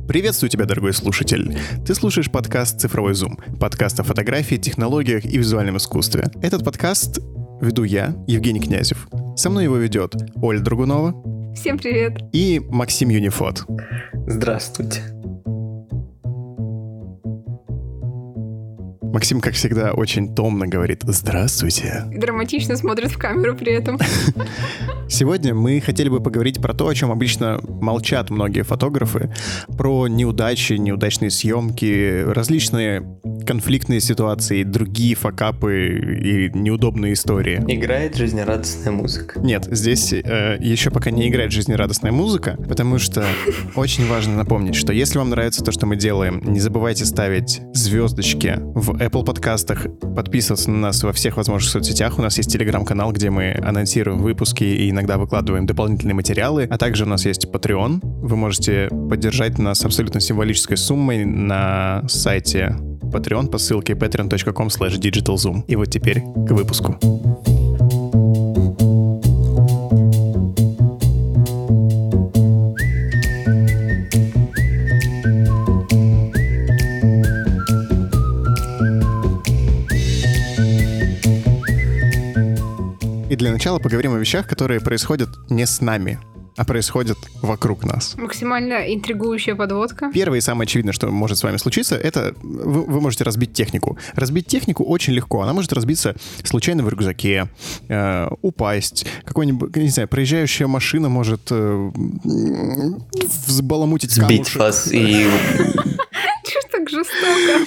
Приветствую тебя, дорогой слушатель. Ты слушаешь подкаст «Цифровой зум», подкаст о фотографии, технологиях и визуальном искусстве. Этот подкаст веду я, Евгений Князев. Со мной его ведет Оля Драгунова. Всем привет. И Максим Юнифот. Здравствуйте. Максим, как всегда, очень томно говорит «Здравствуйте». И драматично смотрит в камеру при этом. Сегодня мы хотели бы поговорить про то, о чем обычно молчат многие фотографы, про неудачи, неудачные съемки, различные конфликтные ситуации, другие факапы и неудобные истории. Играет жизнерадостная музыка. Нет, здесь еще пока не играет жизнерадостная музыка, потому что очень важно напомнить, что если вам нравится то, что мы делаем, не забывайте ставить звездочки в Apple подкастах, подписываться на нас во всех возможных соцсетях. У нас есть телеграм-канал, где мы анонсируем выпуски и иногда выкладываем дополнительные материалы, а также у нас есть Patreon. Вы можете поддержать нас абсолютно символической суммой на сайте Patreon по ссылке patreon.com/digitalzoom. И вот теперь к выпуску. И для начала поговорим о вещах, которые происходят не с нами, а происходят вокруг нас. Максимально интригующая подводка. Первое и самое очевидное, что может с вами случиться, это вы можете разбить технику. Разбить технику очень легко. Она может разбиться случайно в рюкзаке, упасть. Какой-нибудь, не знаю, проезжающая машина может взбаламутить камушек. Сбить вас и... Чё ж так жестоко?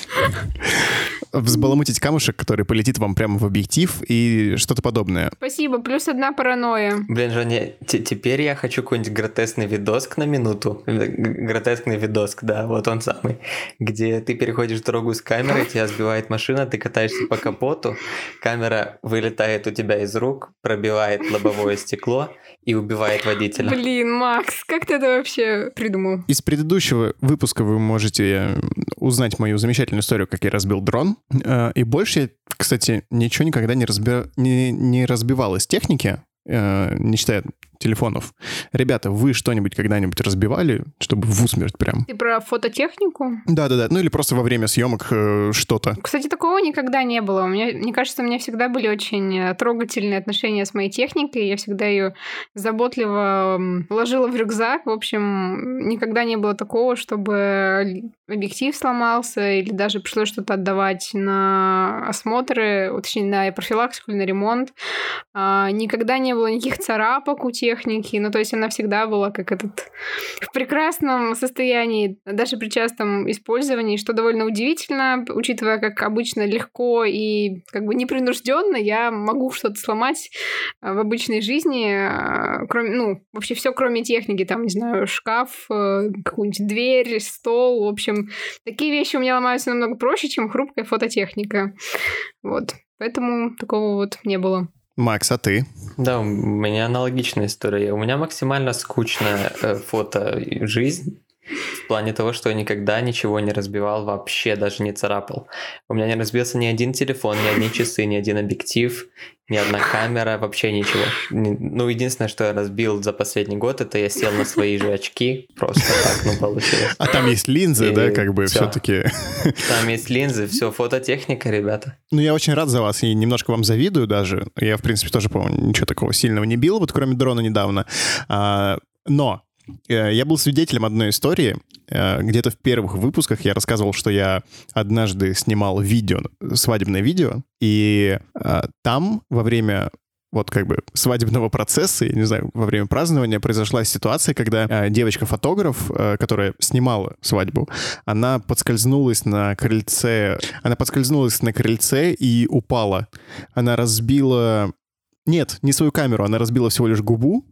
Взбаламутить камушек, который полетит вам прямо в объектив и что-то подобное. Спасибо, плюс одна паранойя. Блин, Женя, теперь я хочу какой-нибудь гротескный видоск на минуту. Гротескный видоск, да, вот он самый. Где ты переходишь дорогу с камерой, тебя сбивает машина, ты катаешься по капоту, камера вылетает у тебя из рук, пробивает лобовое стекло и убивает водителя. Блин, Макс, как ты это вообще придумал? Из предыдущего выпуска вы можете узнать мою замечательную историю, как я разбил дрон. И больше я, кстати, ничего никогда не разбивал из техники, не считая телефонов. Ребята, вы что-нибудь когда-нибудь разбивали, чтобы в усмерть прям? Ты про фототехнику? Да-да-да, ну или просто во время съемок что-то. Кстати, такого никогда не было. Мне кажется, у меня всегда были очень трогательные отношения с моей техникой. Я всегда ее заботливо ложила в рюкзак. В общем, никогда не было такого, чтобы объектив сломался или даже пришлось что-то отдавать на осмотры, точнее, на профилактику или на ремонт. Никогда не было никаких царапок у техники. Ну, то есть она всегда была как в прекрасном состоянии, даже при частом использовании, что довольно удивительно, учитывая, как обычно легко и как бы непринужденно я могу что-то сломать в обычной жизни, кроме, вообще все кроме техники, там, не знаю, шкаф, какую-нибудь дверь, стол, в общем, такие вещи у меня ломаются намного проще, чем хрупкая фототехника. Вот, поэтому такого вот не было. Макс, а ты? Да, у меня аналогичная история. У меня максимально скучная фото-жизнь. В плане того, что я никогда ничего не разбивал, вообще даже не царапал. У меня не разбился ни один телефон, ни одни часы, ни один объектив, ни одна камера, вообще ничего. Ну, единственное, что я разбил за последний год, это я сел на свои же очки. Просто так, получилось. А там есть линзы, да, как бы все-таки? Там есть линзы, все, фототехника, ребята. Ну, я очень рад за вас и немножко вам завидую даже. Я, в принципе, тоже, по-моему, ничего такого сильного не бил, вот кроме дрона недавно. Но я был свидетелем одной истории. Где-то в первых выпусках я рассказывал, что я однажды снимал видео, свадебное видео, и там во время вот как бы свадебного процесса, я не знаю, во время празднования произошла ситуация, когда девочка-фотограф, которая снимала свадьбу, она подскользнулась на крыльце и упала. Она разбила... Нет, не свою камеру, она разбила всего лишь губу,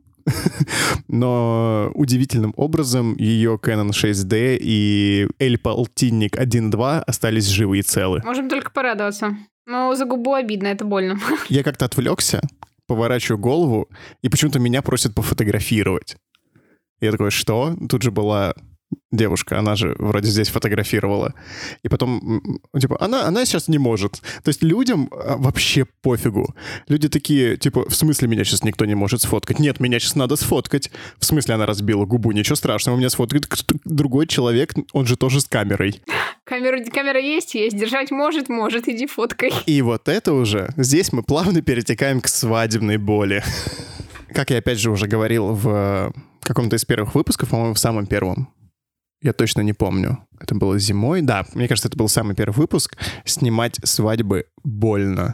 но удивительным образом ее Canon 6D и L-полтинник 1.2 остались живы и целы. Можем только порадоваться. Но за губу обидно, это больно. Я как-то отвлекся, поворачиваю голову, и почему-то меня просят пофотографировать. Я такой, что? Тут же была девушка, она же вроде здесь фотографировала. И потом, типа, она сейчас не может. То есть людям вообще пофигу. Люди такие, типа, в смысле меня сейчас никто не может сфоткать? Нет, меня сейчас надо сфоткать. В смысле она разбила губу? Ничего страшного, у меня сфоткает другой человек, он же тоже с камерой. Камера есть, держать может, иди фоткай. И вот это уже, здесь мы плавно перетекаем к свадебной боли. Как я опять же уже говорил в каком-то из первых выпусков, по-моему, в самом первом, я точно не помню. Это было зимой. Да, мне кажется, это был самый первый выпуск. Снимать свадьбы больно.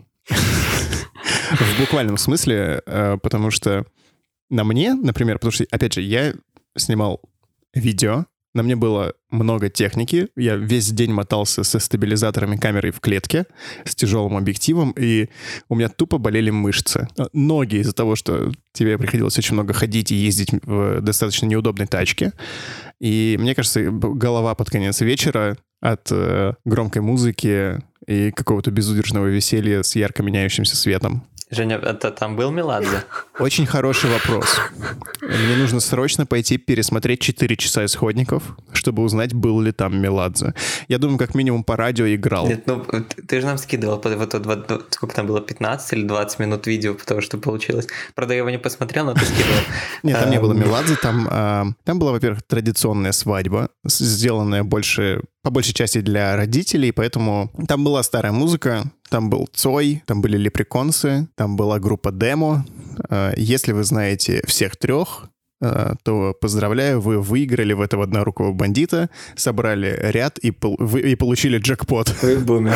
В буквальном смысле, потому что на мне, например, потому что, опять же, я снимал видео, на мне было много техники, я весь день мотался со стабилизаторами камеры в клетке, с тяжелым объективом, и у меня тупо болели мышцы. Ноги из-за того, что тебе приходилось очень много ходить и ездить в достаточно неудобной тачке. И мне кажется, голова под конец вечера от громкой музыки и какого-то безудержного веселья с ярко меняющимся светом. Женя, это там был Меладзе? Очень хороший вопрос. Мне нужно срочно пойти пересмотреть 4 часа исходников, чтобы узнать, был ли там Меладзе. Я думаю, как минимум по радио играл. Нет, ну ты же нам скидывал сколько там было, 15 или 20 минут видео, потому что получилось. Правда, я его не посмотрел, но ты скидывал. Нет, там не было Меладзе, там была, во-первых, традиционная свадьба, сделанная по большей части для родителей, поэтому там была старая музыка, там был Цой, там были Леприконсы, там была группа Демо. Если вы знаете всех трех, то поздравляю, вы выиграли в этого однорукого бандита, собрали ряд и получили джекпот. Вы бумер.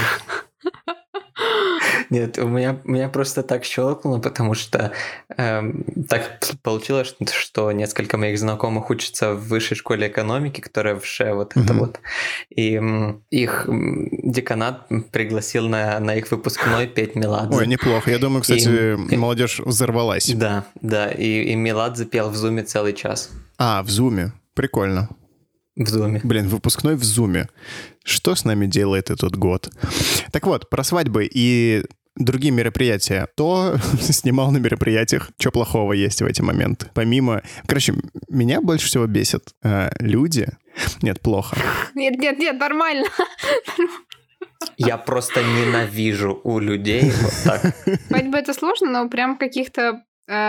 Нет, у меня просто так щелкнуло, потому что так получилось, что несколько моих знакомых учатся в высшей школе экономики, которая в ШЭ, вот это вот. И их деканат пригласил на их выпускной петь Меладзе. Ой, неплохо. Я думаю, кстати, молодежь взорвалась. Да, и Меладзе пел в Зуме целый час. В Зуме. Прикольно. В Зуме. Блин, выпускной в Зуме. Что с нами делает этот год? Так вот, про свадьбы и другие мероприятия. Кто снимал на мероприятиях? Что плохого есть в эти моменты? Помимо... Короче, меня больше всего бесят люди... Нет, плохо. Нет, нормально. Я просто ненавижу у людей вот так. Свадьба — это сложно, но прям каких-то...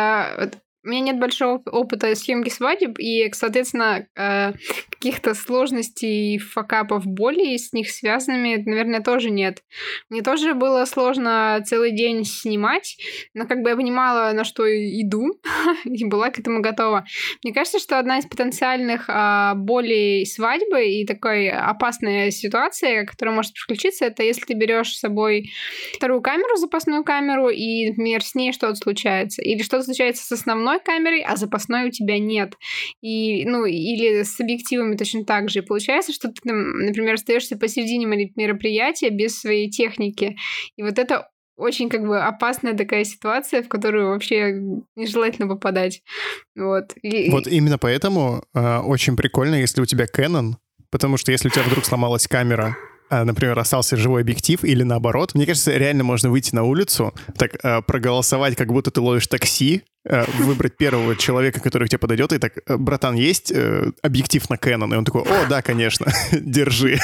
У меня нет большого опыта съемки свадеб, и, соответственно, каких-то сложностей, факапов, болей с них связанными, наверное, тоже нет. Мне тоже было сложно целый день снимать, но как бы я понимала, на что иду, и была к этому готова. Мне кажется, что одна из потенциальных болей свадьбы и такой опасная ситуация, которая может включиться, это если ты берешь с собой вторую камеру, запасную камеру, и, например, с ней что-то случается. Или что-то случается с основной камерой, а запасной у тебя нет. И, или с объективами точно так же. И получается, что ты, например, остаешься посередине мероприятия без своей техники. И вот это очень опасная такая ситуация, в которую вообще нежелательно попадать. Вот. Вот именно поэтому очень прикольно, если у тебя Canon, потому что если у тебя вдруг сломалась камера, например, остался живой объектив, или наоборот. Мне кажется, реально можно выйти на улицу, так проголосовать, как будто ты ловишь такси, выбрать первого человека, который к тебе подойдет, и так: братан, есть объектив на Canon? И он такой: о, да, конечно, держи.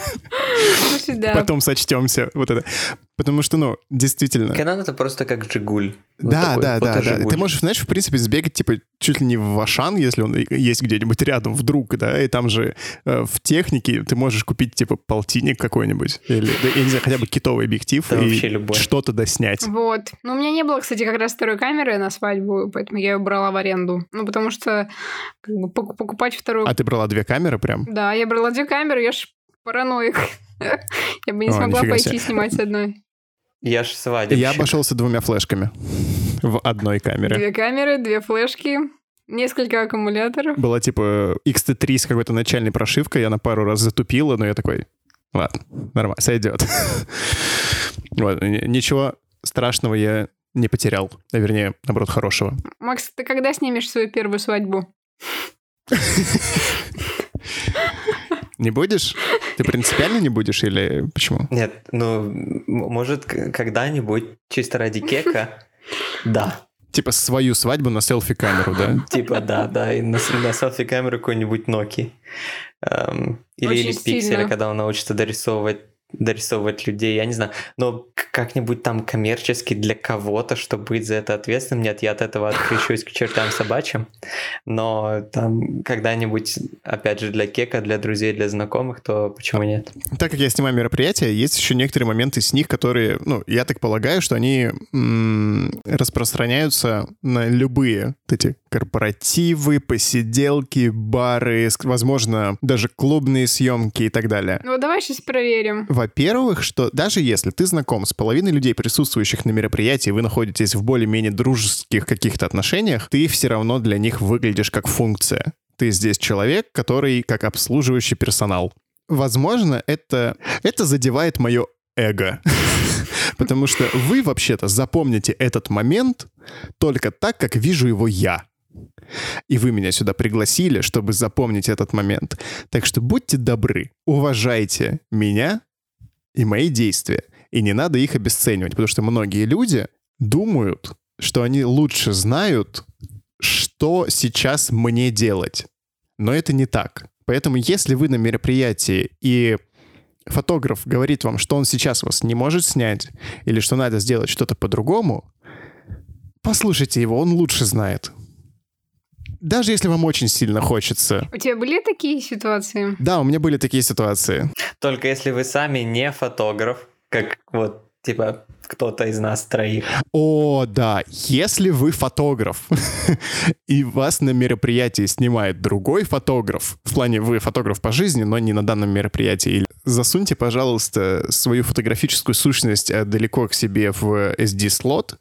Потом сочтемся. Вот это. Потому что, действительно... Canon — это просто как Жигуль. Да. Ты можешь, знаешь, в принципе, сбегать, чуть ли не в Ашан, если он есть где-нибудь рядом вдруг, да, и там же в технике ты можешь купить, полтинник какой-нибудь, или, я не знаю, хотя бы китовый объектив, и что-то доснять. Вот. Но у меня не было, кстати, как раз второй камеры на свадьбу, поэтому я ее брала в аренду. Потому что покупать вторую... А ты брала 2 камеры прям? Да, я брала 2 камеры, я ж параноик. Я бы не смогла пойти снимать с одной. Я ж свадебщик. Я обошелся 2 флешками в одной камере. 2 камеры, 2 флешки, несколько аккумуляторов. Была XT3 с какой-то начальной прошивкой, я на пару раз затупила, но я такой: ладно, нормально, сойдет. Вот, ничего страшного я не потерял, а вернее, наоборот, хорошего. Макс, ты когда снимешь свою первую свадьбу? Не будешь? Ты принципиально не будешь или почему? Нет, может, когда-нибудь, чисто ради кека, да. Типа свою свадьбу на селфи-камеру, да? Типа, да, и на селфи-камеру какой-нибудь Nokia. Или пикселя, когда он научится дорисовывать людей, я не знаю, но как-нибудь там коммерчески для кого-то, чтобы быть за это ответственным, нет, я от этого открещусь к чертям собачьим, но там когда-нибудь, опять же, для кека, для друзей, для знакомых, то почему нет? Так как я снимаю мероприятия, есть еще некоторые моменты с них, которые, я так полагаю, что они распространяются на любые эти корпоративы, посиделки, бары, возможно, даже клубные съемки и так далее. Ну, давай сейчас проверим. Во-первых, что даже если ты знаком с половиной людей, присутствующих на мероприятии, вы находитесь в более-менее дружеских каких-то отношениях, ты все равно для них выглядишь как функция. Ты здесь человек, который как обслуживающий персонал. Возможно, это задевает мое эго. Потому что вы вообще-то запомните этот момент только так, как вижу его я. И вы меня сюда пригласили, чтобы запомнить этот момент. Так что будьте добры, уважайте меня и мои действия. И не надо их обесценивать, потому что многие люди думают, что они лучше знают, что сейчас мне делать. Но это не так. Поэтому если вы на мероприятии, и фотограф говорит вам, что он сейчас вас не может снять, или что надо сделать что-то по-другому, послушайте его, он лучше знает. Даже если вам очень сильно хочется. У тебя были такие ситуации? Да, у меня были такие ситуации. Только если вы сами не фотограф, как кто-то из нас троих. О, да, если вы фотограф, и вас на мероприятии снимает другой фотограф, в плане вы фотограф по жизни, но не на данном мероприятии, засуньте, пожалуйста, свою фотографическую сущность далеко к себе в SD-слот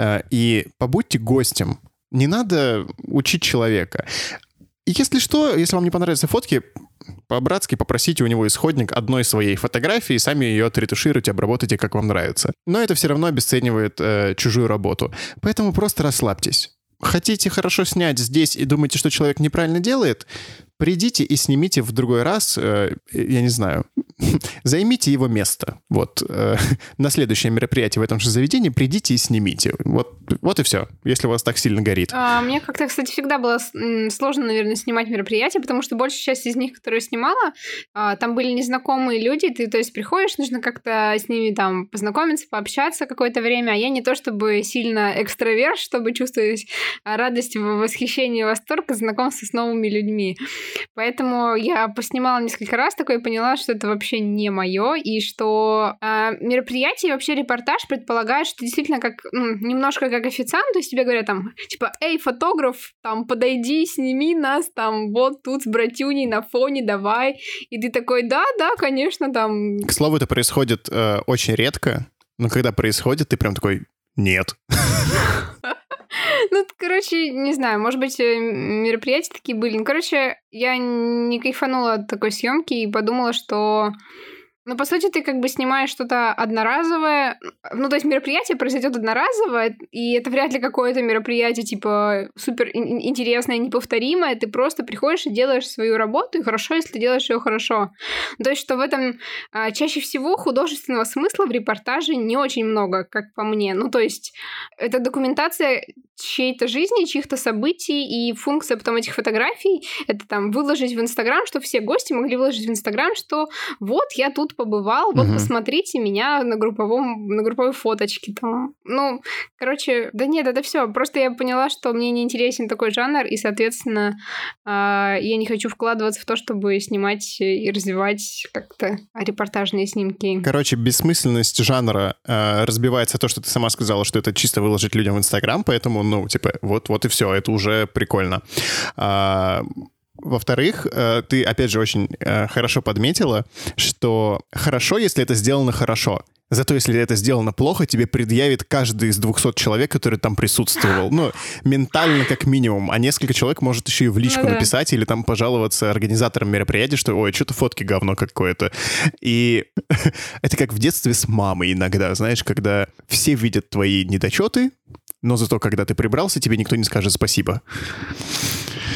и побудьте гостем. Не надо учить человека. И если что, если вам не понравятся фотки, по-братски попросите у него исходник одной своей фотографии, сами ее отретушируйте, обработайте, как вам нравится. Но это все равно обесценивает чужую работу. Поэтому просто расслабьтесь. Хотите хорошо снять здесь и думаете, что человек неправильно делает? Придите и снимите в другой раз, я не знаю, займите его место. На следующее мероприятие в этом же заведении придите и снимите. Вот и все, если у вас так сильно горит. Мне как-то, кстати, всегда было сложно, наверное, снимать мероприятия, потому что большая часть из них, которые я снимала, там были незнакомые люди, ты, то есть, приходишь, нужно как-то с ними там познакомиться, пообщаться какое-то время, а я не то чтобы сильно экстраверт, чтобы чувствовать радость, восхищение, восторг от знакомства с новыми людьми. Поэтому я поснимала несколько раз такое и поняла, что это вообще не мое, и что мероприятие, вообще репортаж предполагает, что действительно немножко как официант, то есть тебе говорят там, типа, эй, фотограф, там, подойди, сними нас, там, вот тут с братюней на фоне, давай. И ты такой, да, конечно, там. К слову, это происходит очень редко, но когда происходит, ты прям такой, нет. Не знаю, может быть, мероприятия такие были. Я не кайфанула от такой съемки и подумала, что... по сути, ты как бы снимаешь что-то одноразовое. То есть мероприятие произойдет одноразовое, и это вряд ли какое-то мероприятие, типа, супер интересное, неповторимое. Ты просто приходишь и делаешь свою работу, и хорошо, если ты делаешь ее хорошо. То есть, что в этом чаще всего художественного смысла в репортаже не очень много, как по мне. То есть, это документация чьей-то жизни, чьих-то событий, и функция потом этих фотографий — это там выложить в Инстаграм, чтобы все гости могли выложить в Инстаграм, что вот я тут побывал, вот посмотрите меня на групповой фоточке там. Да нет, это все. Просто я поняла, что мне не интересен такой жанр, и, соответственно, я не хочу вкладываться в то, чтобы снимать и развивать как-то репортажные снимки. Бессмысленность жанра разбивается то, что ты сама сказала, что это чисто выложить людям в Инстаграм, поэтому, вот и все, это уже прикольно. Во-вторых, ты, опять же, очень хорошо подметила, что хорошо, если это сделано хорошо. Зато если это сделано плохо, тебе предъявит каждый из 200 человек, который там присутствовал. Ментально как минимум. А несколько человек может еще и в личку написать или там пожаловаться организаторам мероприятия, что ой, что-то фотки говно какое-то. И это как в детстве с мамой иногда, знаешь, когда все видят твои недочеты, но зато когда ты прибрался, тебе никто не скажет спасибо.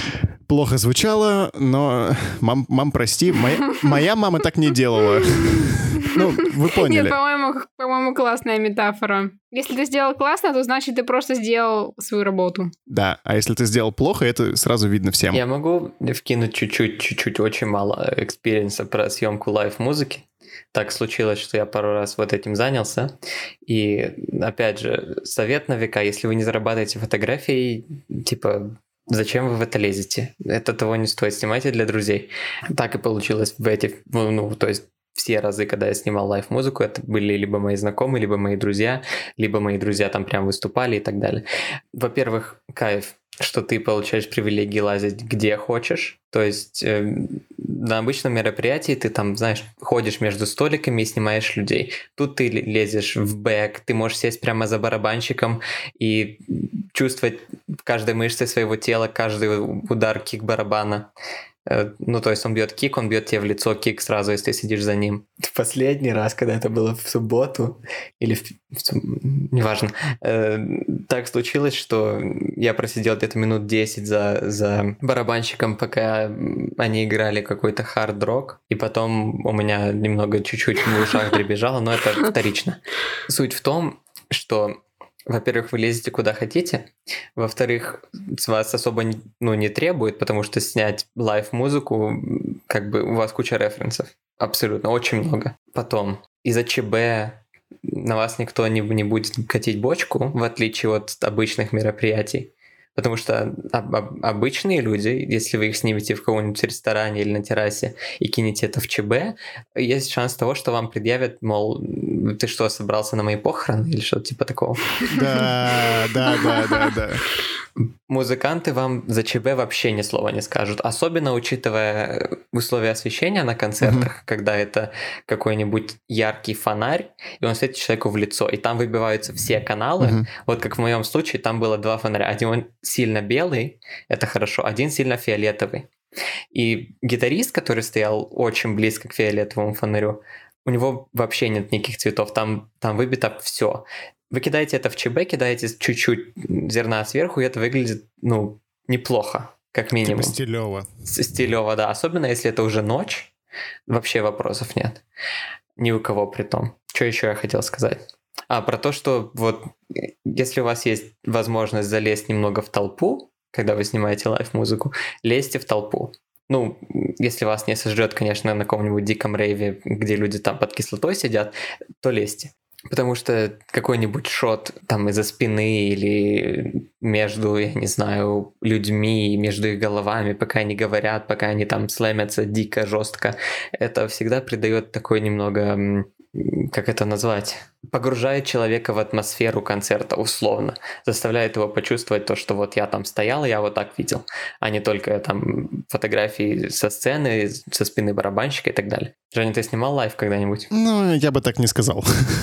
плохо звучало, но, мам, прости, моя мама так не делала. Ну, вы поняли. Нет, по-моему, классная метафора. Если ты сделал классно, то значит, ты просто сделал свою работу. Да, а если ты сделал плохо, это сразу видно всем. Я могу вкинуть чуть-чуть, очень мало экспириенса про съемку лайв-музыки. Так случилось, что я пару раз вот этим занялся. И, опять же, совет на века, если вы не зарабатываете фотографией, типа, зачем вы в это лезете? Это того не стоит, снимайте для друзей. Так и получилось в эти, то есть все разы, когда я снимал лайв-музыку, это были либо мои знакомые, либо мои друзья там прям выступали и так далее. Во-первых, кайф, что ты получаешь привилегии лазить где хочешь. То есть на обычном мероприятии ты там, знаешь, ходишь между столиками и снимаешь людей. Тут ты лезешь в бэк, ты можешь сесть прямо за барабанщиком и чувствовать в каждой мышце своего тела каждый удар кик-барабана. То есть он бьет кик, он бьет тебе в лицо кик сразу, если ты сидишь за ним. В последний раз, когда это было в субботу, или неважно, так случилось, что я просидел где-то минут 10 за барабанщиком, пока они играли какой-то хард-рок, и потом у меня немного чуть-чуть в ушах дребезжало, но это вторично. Суть в том, что во-первых, вы лезете куда хотите. Во-вторых, с вас особо не требует, потому что снять лайв-музыку, как бы у вас куча референсов. Абсолютно, очень много. Потом, из-за ЧБ на вас никто не будет катить бочку, в отличие от обычных мероприятий. Потому что обычные люди, если вы их снимете в каком-нибудь ресторане или на террасе и кинете это в ЧБ, есть шанс того, что вам предъявят, мол, ты что, собрался на мои похороны или что-то типа такого. Да. Музыканты вам за ЧБ вообще ни слова не скажут, особенно учитывая условия освещения на концертах, когда это какой-нибудь яркий фонарь, и он светит человеку в лицо, и там выбиваются все каналы. Вот как в моем случае, там было 2 фонаря. Один сильно белый, это хорошо, один сильно фиолетовый. И гитарист, который стоял очень близко к фиолетовому фонарю, у него вообще нет никаких цветов, там выбито все. Вы кидаете это в ЧБ, кидаете чуть-чуть зерна сверху, и это выглядит, неплохо, как минимум. Типа стилёво. Стилёво, да. Особенно, если это уже ночь, вообще вопросов нет. Ни у кого при том. Что еще я хотел сказать? Про то, что вот если у вас есть возможность залезть немного в толпу, когда вы снимаете лайв-музыку, лезьте в толпу. Если вас не сожрет, конечно, на каком-нибудь диком рейве, где люди там под кислотой сидят, то лезьте. Потому что какой-нибудь шот там из-за спины или между, я не знаю, людьми, между их головами, пока они говорят, пока они там слэмятся дико, жестко, это всегда придает такой немного, как это назвать, погружает человека в атмосферу концерта, условно, заставляет его почувствовать то, что вот я там стоял, и я вот так видел, а не только там фотографии со сцены, со спины барабанщика и так далее. Женя, ты снимал лайв когда-нибудь? Я бы так не сказал.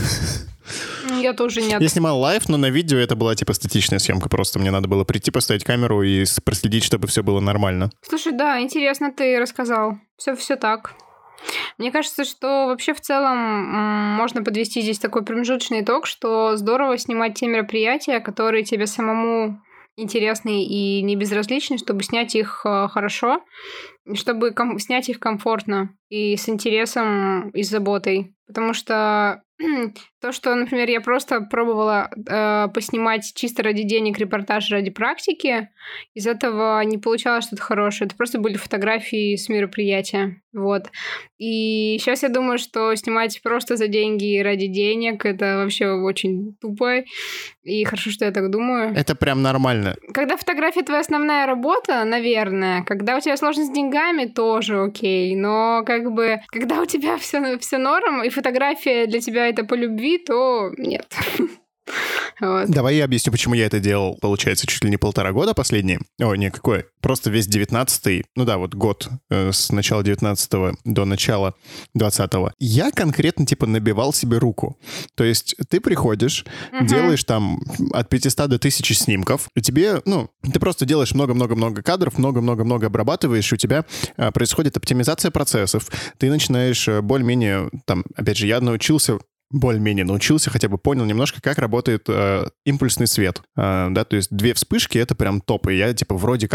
Я тоже нет. Я снимал лайв, но на видео это была типа статичная съемка, просто мне надо было прийти, поставить камеру и проследить, чтобы все было нормально. Слушай, да, интересно ты рассказал. Все так. Мне кажется, что вообще в целом можно подвести здесь такой промежуточный итог, что здорово снимать те мероприятия, которые тебе самому интересны и не безразличны, чтобы снять их хорошо, чтобы снять их комфортно и с интересом и с заботой. Потому что то, что, например, я просто пробовала поснимать чисто ради денег репортаж ради практики, из этого не получалось что-то хорошее. Это просто были фотографии с мероприятия. Вот. И сейчас я думаю, что снимать просто за деньги и ради денег — это вообще очень тупо. И хорошо, что я так думаю. Это прям нормально. Когда фотография твоя основная работа, наверное. Когда у тебя сложность с деньгами, тоже окей. Но как бы, когда у тебя все норм, и фотография для тебя это по любви, то нет. Вот. Давай я объясню, почему я это делал, получается, чуть ли не 1,5 года последние. Какой? Просто весь 19-й, год с начала 19-го до начала 20-го. Я конкретно, набивал себе руку. То есть ты приходишь, делаешь там от 500 до 1000 снимков, и тебе, ты просто делаешь много-много-много кадров, много-много-много обрабатываешь, и у тебя происходит оптимизация процессов. Ты начинаешь более-менее, опять же, я более-менее научился, хотя бы понял немножко, как работает импульсный свет. То есть 2 вспышки — это прям топ. И я, вроде как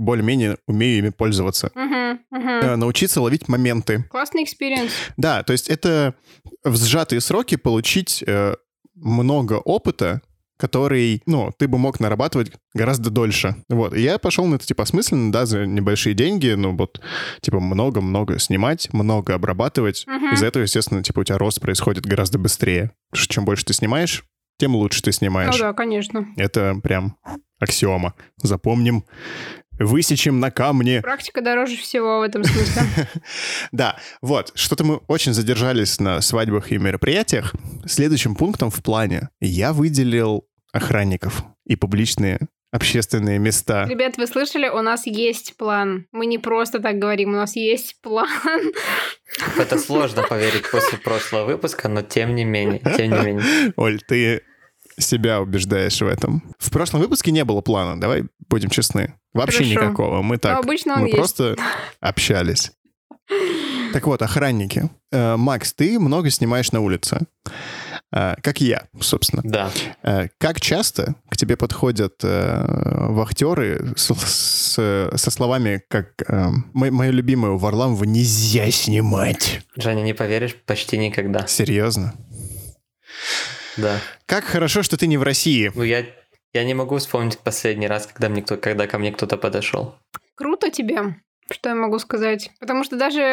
более-менее умею ими пользоваться. Научиться ловить моменты. Классный экспириенс. Да, то есть это в сжатые сроки получить много опыта, который, ты бы мог нарабатывать гораздо дольше. Вот. И я пошел на это, осмысленно, да, за небольшие деньги, много-много снимать, много обрабатывать. Из-за этого, естественно, у тебя рост происходит гораздо быстрее. Потому что чем больше ты снимаешь, тем лучше ты снимаешь. Ну да, конечно. Это прям аксиома. Запомним. Высечем на камне. Практика дороже всего в этом смысле. Да, вот. Что-то мы очень задержались на свадьбах и мероприятиях. Следующим пунктом в плане я выделил охранников и публичные общественные места. Ребят, вы слышали? У нас есть план. Мы не просто так говорим, у нас есть план. Это сложно поверить после прошлого выпуска, но тем не менее. Оль, ты себя убеждаешь в этом. В прошлом выпуске не было плана, давай будем честны. Вообще Хорошо. никакого. Мы так, обычно он мы есть. просто общались. Так вот, охранники. Макс, ты много снимаешь на улице. Как и я, собственно. Да. Как часто к тебе подходят вахтеры со словами, как мою любимую Варламову нельзя снимать? Женя, не поверишь, почти никогда. Серьезно? Да. Как хорошо, что ты не в России. Ну, я не могу вспомнить последний раз, когда ко мне кто-то подошел. Круто тебе. Что я могу сказать? Потому что даже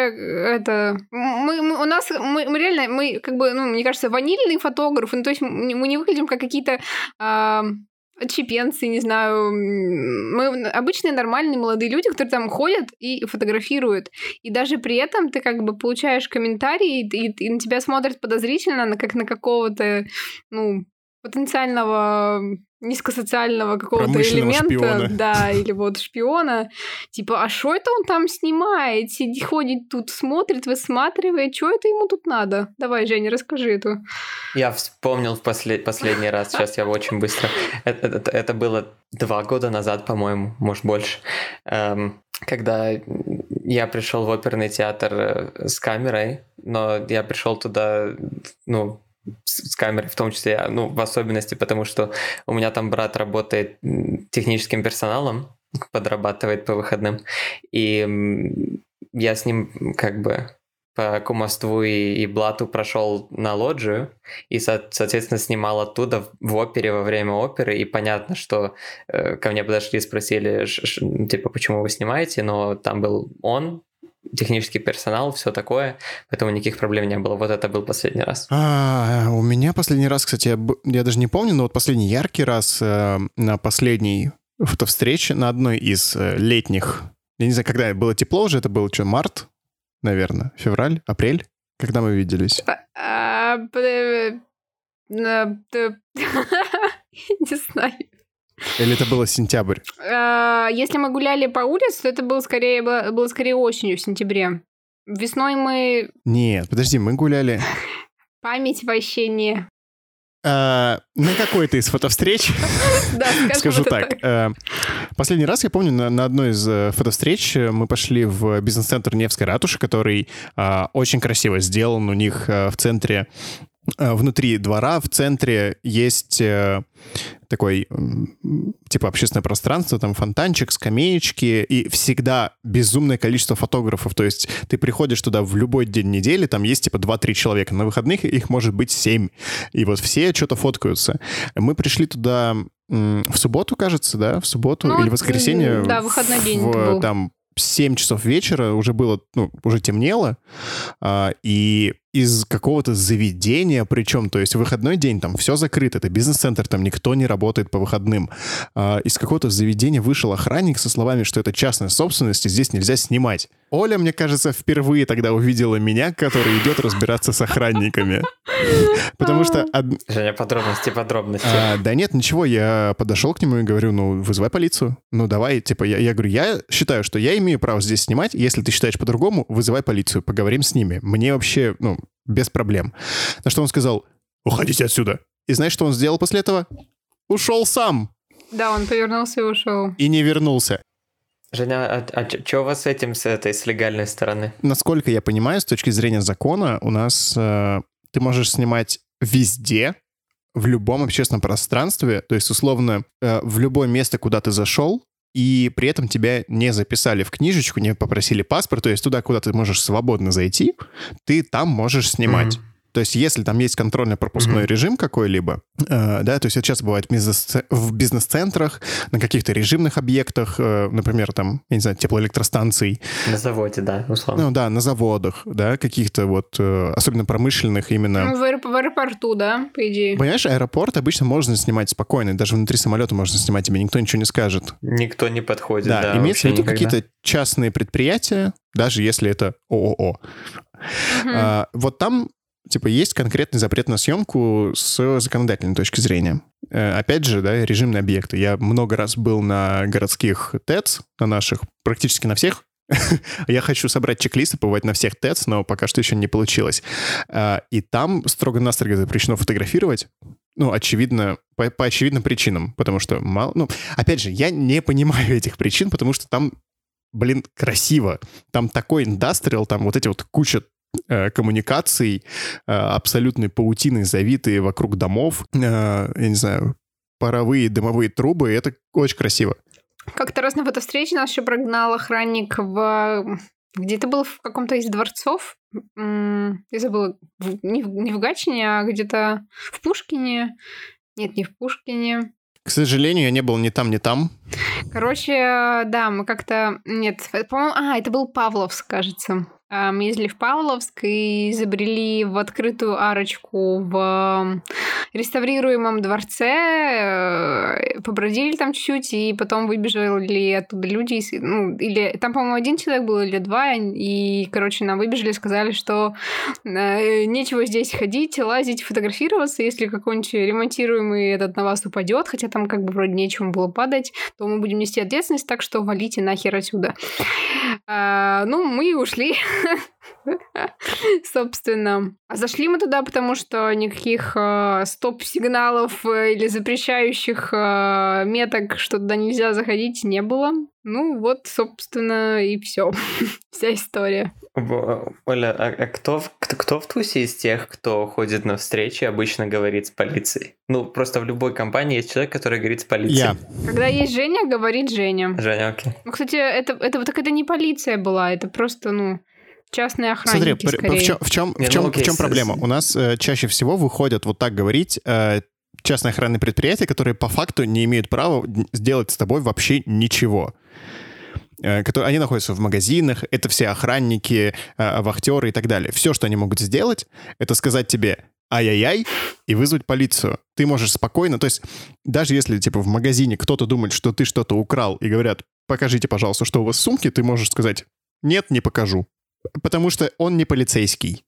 мы реально, мне кажется, ванильные фотографы, то есть мы не выглядим как какие-то отщепенцы, не знаю. Мы обычные нормальные молодые люди, которые там ходят и фотографируют. И даже при этом ты получаешь комментарии, и на тебя смотрят подозрительно, как на какого-то, потенциального низкосоциального какого-то элемента. Шпиона. Да, или шпиона. А что это он там снимает? Сидит, ходит тут, смотрит, высматривает. Что это ему тут надо? Давай, Женя, расскажи эту. Я вспомнил в последний раз, сейчас я очень быстро. Это было 2 года назад, по-моему, может больше. Когда я пришел в оперный театр с камерой, но я пришел туда, с камерой в том числе, в особенности, потому что у меня там брат работает техническим персоналом, подрабатывает по выходным, и я с ним по кумовству и блату прошел на лоджию и, соответственно, снимал оттуда в опере во время оперы, и понятно, что ко мне подошли и спросили, почему вы снимаете, но там был он, технический персонал, все такое, поэтому никаких проблем не было. Вот это был последний раз. У меня последний раз, кстати, я даже не помню, но последний яркий раз на последней фотовстрече, на одной из летних, я не знаю, когда было тепло уже, это был март, наверное, февраль, апрель, когда мы виделись. Не знаю. Или это было сентябрь? Если мы гуляли по улице, то это было скорее осенью, в сентябре. Весной мы... Нет, подожди, мы гуляли... Память вообще не... На какой-то из фотовстреч, скажу так. Последний раз, я помню, на одной из фотовстреч мы пошли в бизнес-центр Невской ратуши, который очень красиво сделан. У них в центре, внутри двора, в центре есть такой, общественное пространство, там фонтанчик, скамеечки, и всегда безумное количество фотографов. То есть ты приходишь туда в любой день недели, там есть 2-3 человека. На выходных их может быть 7. И все что-то фоткаются. Мы пришли туда в субботу, кажется, да? В субботу или в воскресенье. Да, выходной день это был. Там 7 часов вечера уже было, уже темнело, и из какого-то заведения, причем, то есть выходной день, там все закрыто, это бизнес-центр, там никто не работает по выходным. Из какого-то заведения вышел охранник со словами, что это частная собственность, и здесь нельзя снимать. Оля, мне кажется, впервые тогда увидела меня, который идет разбираться с охранниками. Потому что... Женя, подробности. Да нет, ничего, я подошел к нему и говорю, вызывай полицию. Давай, я говорю, я считаю, что я имею право здесь снимать, если ты считаешь по-другому, вызывай полицию, поговорим с ними. Мне вообще, без проблем. На что он сказал, уходите отсюда. И знаешь, что он сделал после этого? Ушел сам. Да, он повернулся и ушел. И не вернулся. Женя, что у вас с этим, с легальной стороны? Насколько я понимаю, с точки зрения закона, у нас ты можешь снимать везде, в любом общественном пространстве, то есть, условно, в любое место, куда ты зашел, и при этом тебя не записали в книжечку, не попросили паспорт, то есть туда, куда ты можешь свободно зайти, ты там можешь снимать. То есть если там есть контрольно-пропускной режим какой-либо, да, то есть это часто бывает в бизнес-центрах, на каких-то режимных объектах, например, там, я не знаю, теплоэлектростанций. На заводе, да, условно. Ну да, на заводах, да, каких-то вот, особенно промышленных именно. Ну, в аэропорту, да, по идее. Понимаешь, аэропорт обычно можно снимать спокойно, даже внутри самолета можно снимать, тебе никто ничего не скажет. Никто не подходит, да, имеется в виду никогда. какие-то частные предприятия, даже если это ООО. Вот там типа есть конкретный запрет на съемку с законодательной точки зрения. Опять же, да, режимные объекты. Я много раз был на городских ТЭЦ, на наших, практически на всех. Я хочу собрать чек-лист и побывать на всех ТЭЦ, но пока что еще не получилось. И там строго-настрого запрещено фотографировать. Ну, очевидно, по очевидным причинам, потому что мало... Ну, опять же, я не понимаю этих причин, потому что там, блин, красиво. Там такой индастриал, там вот эти вот куча коммуникаций, абсолютной паутины, завитые вокруг домов, я не знаю, паровые, дымовые трубы, это очень красиво. Как-то раз на фотовстрече нас еще прогнал охранник где-то был в каком-то из дворцов. Я забыла, не в Гатчине, а где-то в Пушкине. Нет, не в Пушкине. К сожалению, я не был ни там, ни там. Короче, да, мы как-то... Нет, по-моему... это был Павловск, кажется. Мы ездили в Павловск и забрели в открытую арочку в реставрируемом дворце, побродили там чуть-чуть, и потом выбежали оттуда люди, ну, или там, по-моему, один человек был, или два, и, короче, нам выбежали и сказали, что нечего здесь ходить, лазить, фотографироваться, если какой-нибудь ремонтируемый этот на вас упадет, хотя там как бы вроде нечему было падать, то мы будем нести ответственность, так что валите нахер отсюда. Ну, мы ушли. Собственно. А зашли мы туда, потому что никаких стоп-сигналов или запрещающих меток, что туда нельзя заходить, не было. Ну, вот, собственно, и все. Вся история. Оля, а кто в тусе из тех, кто ходит на встречи, обычно говорит с полицией? Ну, просто в любой компании есть человек, который говорит с полицией. Я. Когда есть Женя, говорит Женя. Женя, окей. Ну, кстати, это не полиция была, это просто, ну, частные охранники. Смотри, скорее. в чем проблема? У нас чаще всего выходят вот так говорить частные охранные предприятия, которые по факту не имеют права сделать с тобой вообще ничего. Они находятся в магазинах, это все охранники, вахтеры и так далее. Все, что они могут сделать, это сказать тебе ай-яй-яй и вызвать полицию. Ты можешь спокойно, то есть даже если типа в магазине кто-то думает, что ты что-то украл и говорят, покажите, пожалуйста, что у вас в сумке, ты можешь сказать, нет, не покажу. Потому что он не полицейский.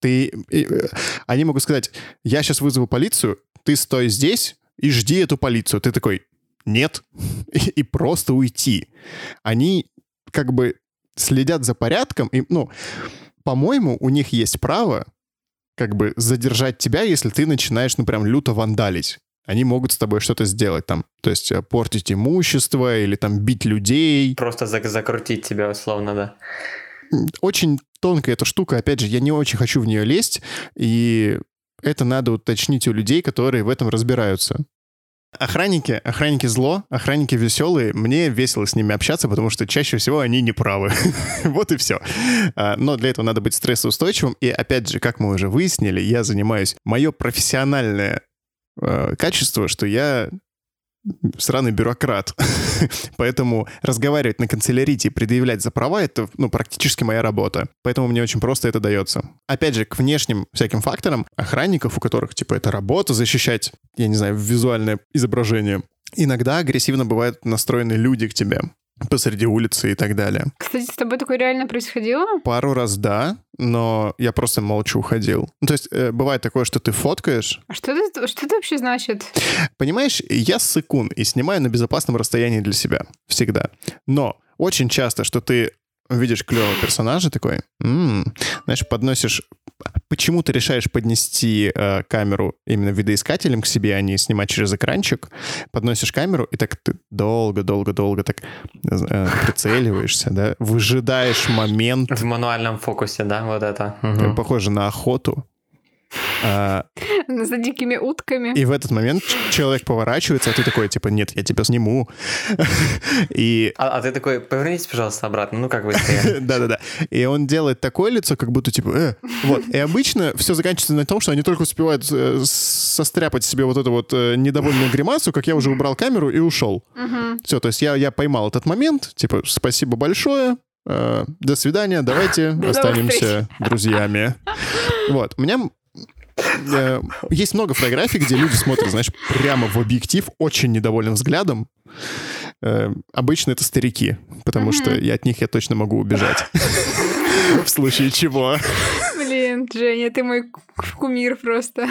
Они могут сказать, я сейчас вызову полицию, ты стой здесь и жди эту полицию. Ты такой, нет, и просто уйти. Они как бы следят за порядком, и, ну, по-моему, у них есть право как бы задержать тебя, если ты начинаешь, ну, прям люто вандалить. Они могут с тобой что-то сделать там, то есть портить имущество или там бить людей. Просто закрутить тебя, условно, да. Очень тонкая эта штука, опять же, я не очень хочу в нее лезть, и это надо уточнить у людей, которые в этом разбираются. Охранники зло, охранники веселые, мне весело с ними общаться, потому что чаще всего они не правы. Вот и все. Но для этого надо быть стрессоустойчивым, и опять же, как мы уже выяснили, я занимаюсь... Мое профессиональное качество, что я сраный бюрократ. Поэтому разговаривать на канцелярите и предъявлять за права — это, ну, практически моя работа. Поэтому мне очень просто это дается. Опять же, к внешним всяким факторам охранников, у которых, типа, это работа защищать, я не знаю, визуальное изображение, иногда агрессивно бывают настроены люди к тебе посреди улицы и так далее. Кстати, с тобой такое реально происходило? Пару раз да, но я просто молча уходил. Ну, то есть бывает такое, что ты фоткаешь. А что это вообще значит? Понимаешь, я ссыкун и снимаю на безопасном расстоянии для себя. Всегда. Но очень часто, что ты видишь клевого персонажа такой, знаешь, подносишь... Почему ты решаешь поднести камеру именно видоискателем к себе, а не снимать через экранчик? Подносишь камеру, и так ты долго-долго-долго так прицеливаешься, да? Выжидаешь момент. В мануальном фокусе, да, вот это. Похоже на охоту. За дикими утками. И в этот момент человек поворачивается, а ты такой, типа, нет, я тебя сниму. И... А ты такой, повернитесь, пожалуйста, обратно, ну как вы стояли. Да-да-да. И он делает такое лицо, как будто, типа, Вот. И обычно все заканчивается на том, что они только успевают состряпать себе вот эту вот недовольную гримасу, как я уже убрал камеру и ушел. Все, то есть я поймал этот момент, типа, спасибо большое, до свидания, давайте останемся друзьями. Вот. У меня есть много фотографий, где люди смотрят, знаешь, прямо в объектив очень недовольным взглядом. Обычно это старики, потому что от них я точно могу убежать. В случае чего. Блин, Женя, ты мой кумир просто.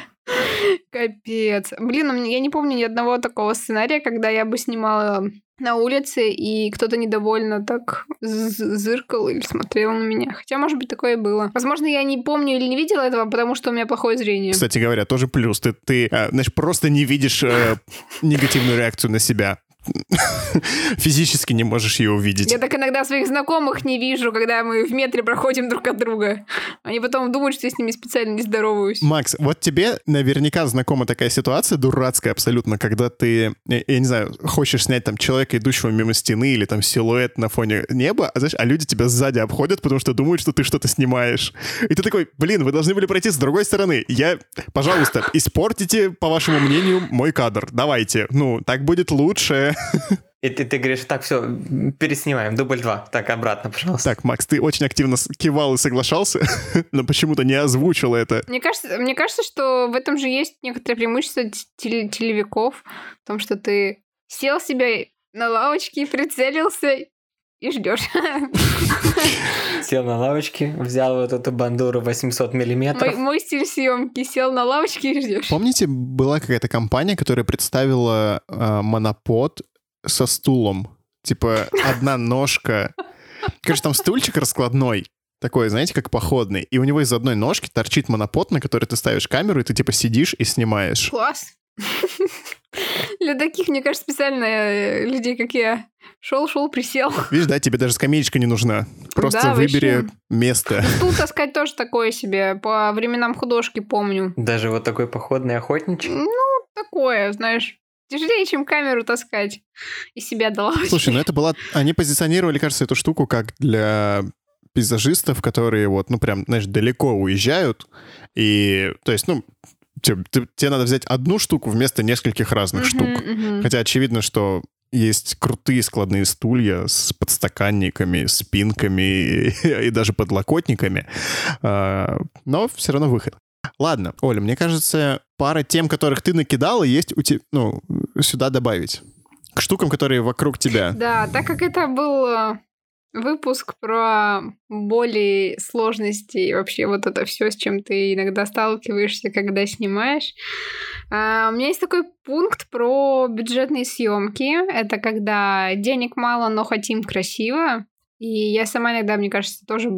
Капец. Блин, я не помню ни одного такого сценария, когда я бы снимала на улице, и кто-то недовольно так зыркал или смотрел на меня. Хотя, может быть, такое и было. Возможно, я не помню или не видела этого, потому что у меня плохое зрение. Кстати говоря, тоже плюс. Ты знаешь, просто не видишь негативную реакцию на себя. Физически не можешь ее увидеть. Я так иногда своих знакомых не вижу, когда мы в метре проходим друг от друга. Они потом думают, что я с ними специально не здороваюсь. Макс, вот тебе наверняка знакома такая ситуация, дурацкая абсолютно, когда ты, я не знаю, хочешь снять там человека, идущего мимо стены, или там силуэт на фоне неба, знаешь, а люди тебя сзади обходят, потому что думают, что ты что-то снимаешь. И ты такой, блин, вы должны были пройти с другой стороны. Пожалуйста, испортите, по вашему мнению, мой кадр. Давайте. Так будет лучше. И ты говоришь, так, все, переснимаем, дубль 2. Так, обратно, пожалуйста. Так, Макс, ты очень активно кивал и соглашался, но почему-то не озвучил это. Мне кажется, что в этом же есть некоторое преимущество телевиков, в том, что ты сел себе на лавочке, прицелился и ждешь. Сел на лавочке, взял вот эту бандуру 800 миллиметров. Мой стиль съемки: сел на лавочке и ждешь. Помните, была какая-то компания, которая представила монопод со стулом? Типа, одна ножка. Кажется, там стульчик раскладной. Такой, знаете, как походный. И у него из одной ножки торчит монопод, на который ты ставишь камеру, и ты типа сидишь и снимаешь. Класс. Для таких, мне кажется, специально людей, как я, шел, присел. Видишь, да, тебе даже скамеечка не нужна. Просто да, выбери вообще место. Стул таскать тоже такое себе. По временам художки помню. Даже вот такой походный охотничек? Такое, знаешь. Тяжелее, чем камеру таскать из себя до лавочки. Слушай, это была... Они позиционировали, кажется, эту штуку как для пейзажистов, которые вот, прям, знаешь, далеко уезжают. И, то есть, тебе надо взять одну штуку вместо нескольких разных штук. Хотя очевидно, что есть крутые складные стулья с подстаканниками, спинками и даже подлокотниками. Но все равно выход. Ладно, Оля, мне кажется, пара тем, которых ты накидала, есть у тебя, сюда добавить. К штукам, которые вокруг тебя. Да, так как это был выпуск про боли, сложности и вообще вот это все, с чем ты иногда сталкиваешься, когда снимаешь. У меня есть такой пункт про бюджетные съемки. Это когда денег мало, но хотим красиво. И я сама иногда, мне кажется, тоже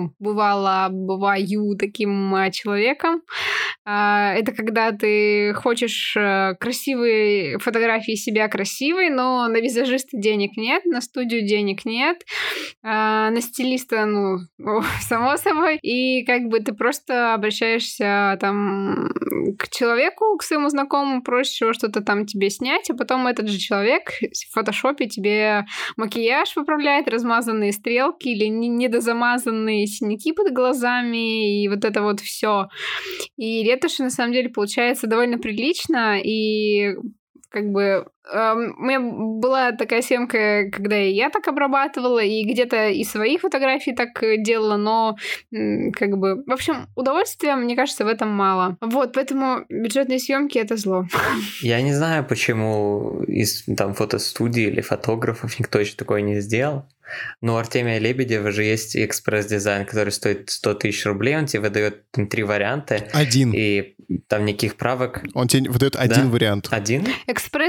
бываю таким человеком. Это когда ты хочешь красивые фотографии себя красивой, но на визажиста денег нет, на студию денег нет, на стилиста, само собой. И как бы ты просто обращаешься там к человеку, к своему знакомому, просишь его что-то там тебе снять, а потом этот же человек в фотошопе тебе макияж поправляет, размазанные стрелки или недозамазанные синяки под глазами, и вот это вот все. И ретуши, на самом деле, получается довольно прилично, и как бы у меня была такая съемка, когда и я так обрабатывала, и где-то и свои фотографии так делала, но как бы... В общем, удовольствия, мне кажется, в этом мало. Вот, поэтому бюджетные съемки — это зло. Я не знаю, почему из там фотостудии или фотографов никто еще такое не сделал. Но у Артемия Лебедева же есть экспресс-дизайн, который стоит 100 тысяч рублей. Он тебе выдает 3 варианта. Один. И там никаких правок. Он тебе выдает один вариант. Один? Экспресс-съемки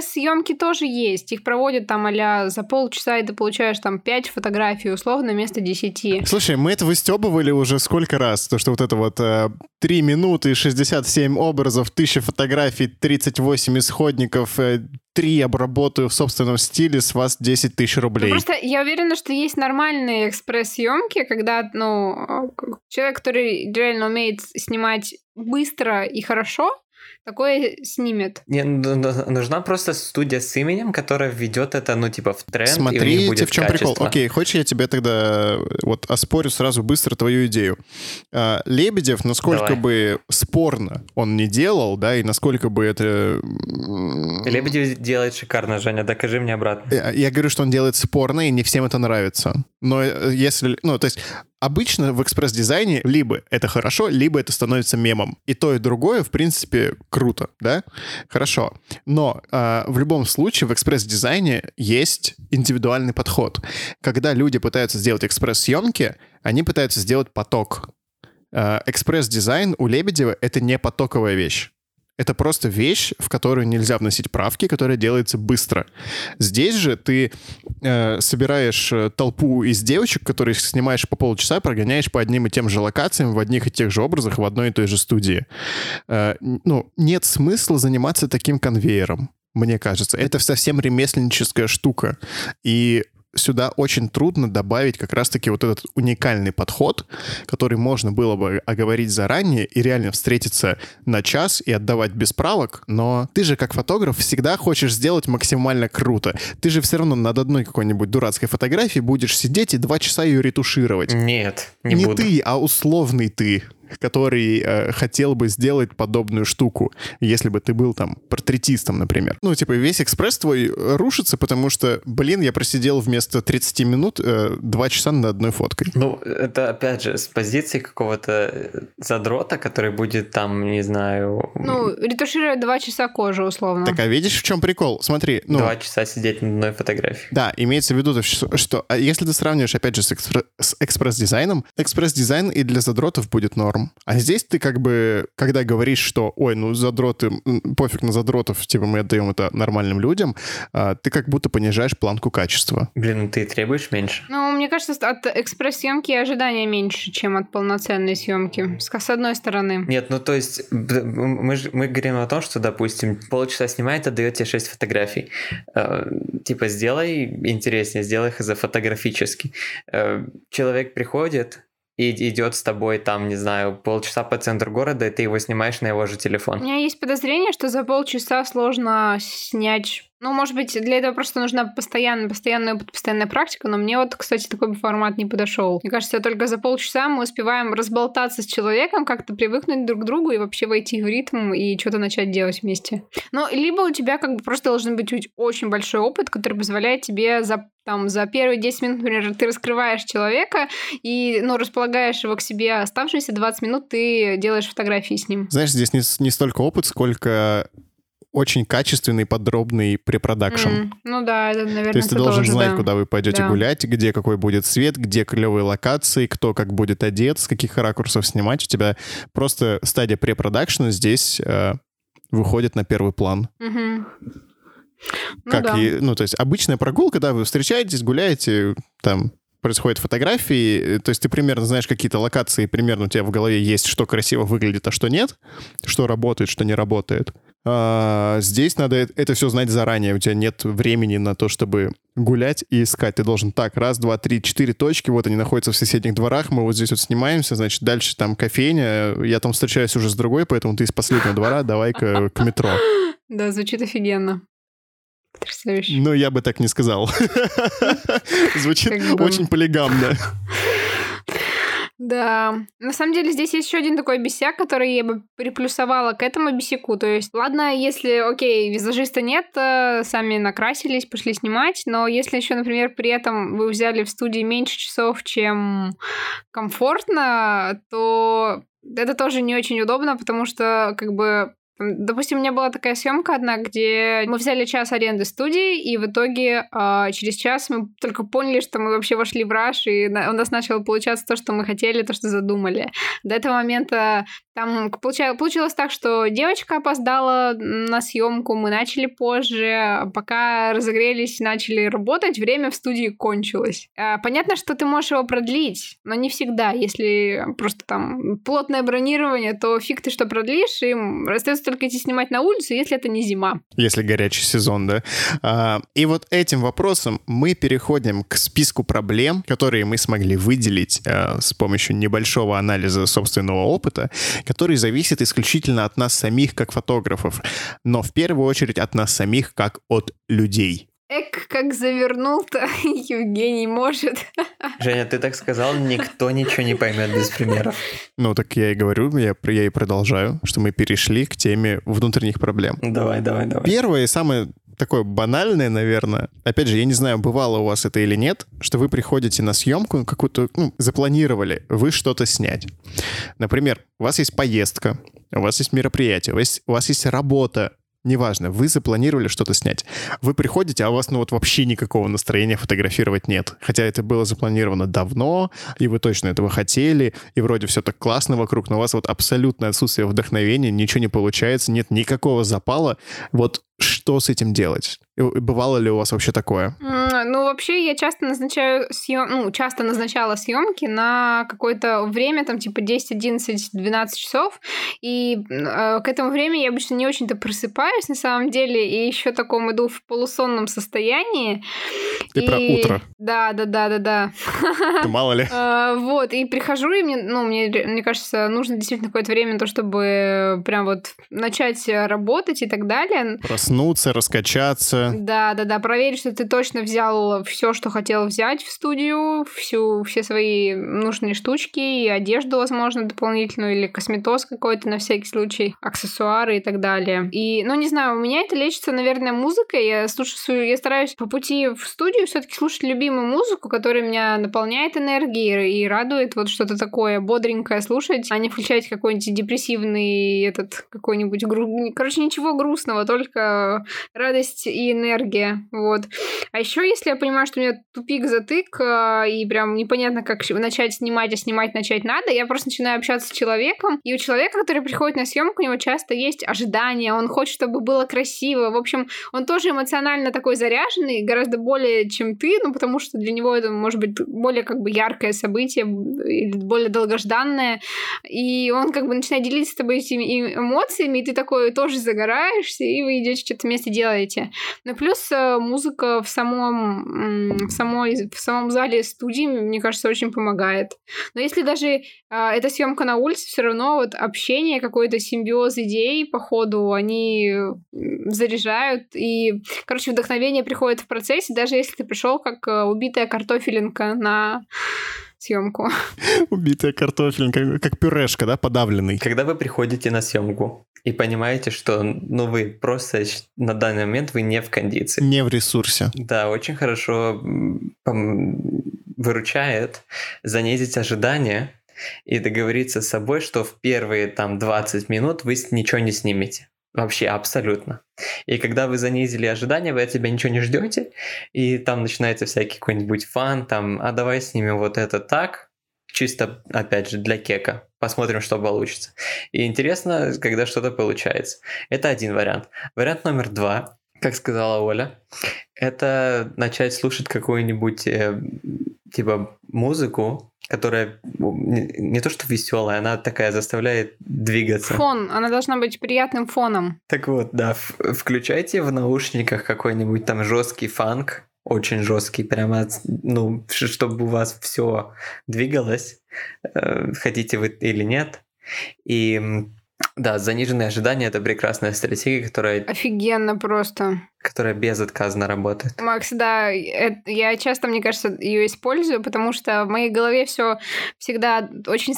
экспресс-съемки тоже есть. Их проводят там а-ля за полчаса, и ты получаешь там 5 фотографий условно вместо 10. Слушай, мы это выстебывали уже сколько раз, то что вот это вот 3 минуты, 67 образов, 1000 фотографий, 38 исходников, 3 обработаю в собственном стиле, с вас 10 000 рублей. Просто я уверена, что есть нормальные экспресс-съемки, когда, человек, который реально умеет снимать быстро и хорошо, такое снимет. Нужна просто студия с именем, которая введет это, в тренд, Смотрите, и у них будет в чем качество. прикол. Окей, хочешь, я тебе тогда вот оспорю сразу быстро твою идею. Лебедев, насколько бы спорно он не делал, да, и насколько бы это... Лебедев делает шикарно, Женя, докажи мне обратно. Я говорю, что он делает спорно, и не всем это нравится. Но если... то есть обычно в экспресс-дизайне либо это хорошо, либо это становится мемом. И то, и другое, в принципе, круто, да? Хорошо. Но в любом случае в экспресс-дизайне есть индивидуальный подход. Когда люди пытаются сделать экспресс-съемки, они пытаются сделать поток. Экспресс-дизайн у Лебедева — это не потоковая вещь. Это просто вещь, в которую нельзя вносить правки, которая делается быстро. Здесь же ты собираешь толпу из девочек, которые снимаешь по полчаса, прогоняешь по одним и тем же локациям, в одних и тех же образах, в одной и той же студии. Нет смысла заниматься таким конвейером, мне кажется. Это совсем ремесленническая штука. И сюда очень трудно добавить как раз-таки вот этот уникальный подход, который можно было бы оговорить заранее и реально встретиться на час и отдавать без правок, но ты же как фотограф всегда хочешь сделать максимально круто. Ты же все равно над одной какой-нибудь дурацкой фотографией будешь сидеть и 2 часа ее ретушировать. Нет, не буду. Не ты, а условный ты, который хотел бы сделать подобную штуку, если бы ты был там портретистом, например. Весь экспресс твой рушится, потому что, я просидел вместо 30 минут 2 часа над одной фоткой. Это, опять же, с позиции какого-то задрота, который будет там, не знаю... ретушировать 2 часа кожи, условно. Так, а видишь, в чем прикол? Смотри, 2 часа сидеть над одной фотографией. Да, имеется в виду, что если ты сравниваешь, опять же, с экспресс-дизайном, экспресс-дизайн и для задротов будет норм. А здесь ты когда говоришь, что, задроты, пофиг на задротов, мы отдаем это нормальным людям, ты как будто понижаешь планку качества. Ты требуешь меньше? Мне кажется, от экспресс-съемки ожидания меньше, чем от полноценной съемки. С одной стороны. Нет, то есть мы говорим о том, что, допустим, полчаса снимает, отдает тебе 6 фотографий. Сделай интереснее, сделай их зафотографически. Человек приходит и идет с тобой там, не знаю, полчаса по центру города, и ты его снимаешь на его же телефон. У меня есть подозрение, что за полчаса сложно снять... может быть, для этого просто нужна постоянный опыт, постоянная практика, но мне кстати, такой формат не подошел. Мне кажется, только за полчаса мы успеваем разболтаться с человеком, как-то привыкнуть друг к другу и вообще войти в ритм и что-то начать делать вместе. Либо у тебя просто должен быть очень большой опыт, который позволяет тебе за первые 10 минут, например, ты раскрываешь человека и, располагаешь его к себе, а оставшиеся 20 минут ты делаешь фотографии с ним. Знаешь, здесь не столько опыт, сколько очень качественный, подробный препродакшн. Да, это, наверное, то есть ты должен знать, да. куда вы пойдете гулять, где какой будет свет, где клевые локации, кто как будет одет, с каких ракурсов снимать. У тебя просто стадия препродакшна здесь выходит на первый план. То есть обычная прогулка, да, вы встречаетесь, гуляете, там происходят фотографии, то есть ты примерно знаешь какие-то локации, примерно у тебя в голове есть, что красиво выглядит, а что нет, что работает, что не работает. Здесь надо это все знать заранее, у тебя нет времени на то, чтобы гулять и искать. Ты должен 1, 2, 3, 4 точки, вот они находятся в соседних дворах, мы вот здесь снимаемся, значит, дальше там кофейня, я там встречаюсь уже с другой, поэтому ты из последнего двора, давай-ка к метро. Да, звучит офигенно. Потрясающе. Я бы так не сказал. Звучит очень полигамно. Да. На самом деле здесь есть еще один такой бесяк, который я бы приплюсовала к этому бесяку. То есть, ладно, если, визажиста нет, сами накрасились, пошли снимать, но если еще, например, при этом вы взяли в студии меньше часов, чем комфортно, то это тоже не очень удобно, потому что, допустим, у меня была такая съемка одна, где мы взяли час аренды студии, и в итоге через час мы только поняли, что мы вообще вошли в раш, и у нас начало получаться то, что мы хотели, то, что задумали. До этого момента Там получилось так, что девочка опоздала на съемку, мы начали позже, пока разогрелись, начали работать, время в студии кончилось. Понятно, что ты можешь его продлить, но не всегда. Если просто там плотное бронирование, то фиг ты что продлишь, и остается только идти снимать на улицу, если это не зима. Если горячий сезон, да. И вот этим вопросом мы переходим к списку проблем, которые мы смогли выделить с помощью небольшого анализа собственного опыта, который зависит исключительно от нас самих как фотографов, но в первую очередь от нас самих как от людей. Как завернул-то Евгений может. Женя, ты так сказал, никто ничего не поймет без примеров. Ну, так я и говорю, я и продолжаю, что мы перешли к теме внутренних проблем. Давай. Первое и самое такое банальное, наверное, опять же, я не знаю, бывало у вас это или нет, что вы приходите на съемку какую-то, запланировали вы что-то снять. Например, у вас есть поездка, у вас есть мероприятие, у вас есть работа, неважно, вы запланировали что-то снять. Вы приходите, а у вас, вообще никакого настроения фотографировать нет. Хотя это было запланировано давно, и вы точно этого хотели, и вроде все так классно вокруг, но у вас абсолютное отсутствие вдохновения, ничего не получается, нет никакого запала. Вот что с этим делать? Бывало ли у вас вообще такое? Вообще я часто назначала съемки на какое-то время, там, типа 10, 11, 12 часов, и к этому времени я обычно не очень-то просыпаюсь, на самом деле, и еще таком иду в полусонном состоянии. Ты про утро? Да. Мало ли. Вот, и прихожу, и мне кажется, нужно действительно какое-то время на то, чтобы прям начать работать и так далее. Проснуться, раскачаться. Да, проверить, что ты точно взял все, что хотел взять в студию, все свои нужные штучки и одежду, возможно, дополнительную, или косметоз какой-то на всякий случай, аксессуары и так далее. И, не знаю, у меня это лечится, наверное, музыкой. Я стараюсь по пути в студию все-таки слушать любимую музыку, которая меня наполняет энергией и радует, что-то такое бодренькое слушать, а не включать какой-нибудь депрессивный какой-нибудь ничего грустного, только радость и энергия, вот. А еще, если я понимаю, что у меня тупик-затык, и прям непонятно, как начать снимать, а снимать начать надо, я просто начинаю общаться с человеком, и у человека, который приходит на съемку, у него часто есть ожидания, он хочет, чтобы было красиво, в общем, он тоже эмоционально такой заряженный, гораздо более, чем ты, потому что для него это может быть более яркое событие, или более долгожданное, и он начинает делиться с тобой этими эмоциями, и ты такой тоже загораешься, и вы идете что-то вместе делаете. Но плюс музыка в самом зале студии, мне кажется, очень помогает. Но если даже эта съемка на улице, все равно общение, какой-то симбиоз идей по ходу, они заряжают, и, вдохновение приходит в процессе, даже если ты пришел как убитая картофелинка на съемку. Убитая картофелинка, как пюрешка, да, подавленный. Когда вы приходите на съемку и понимаете, что вы просто на данный момент вы не в кондиции. Не в ресурсе. Да, очень хорошо выручает занизить ожидания и договориться с собой, что в первые 20 минут вы ничего не снимете. Вообще, абсолютно. И когда вы занизили ожидания, вы от себя ничего не ждете, и там начинается всякий какой-нибудь фан, а давай снимем это так, чисто, опять же, для кека. Посмотрим, что получится. И интересно, когда что-то получается. Это один вариант. Вариант номер 2, как сказала Оля, это начать слушать какую-нибудь музыку, которая не то что веселая, она такая заставляет двигаться. Фон, она должна быть приятным фоном. Так вот, да, включайте в наушниках какой-нибудь жесткий фанк, очень жесткий, прямо, чтобы у вас все двигалось, хотите вы или нет. И да, заниженные ожидания — это прекрасная стратегия, которая... Офигенно просто. Которая безотказно работает. Макс, да, я часто, мне кажется, ее использую, потому что в моей голове все всегда очень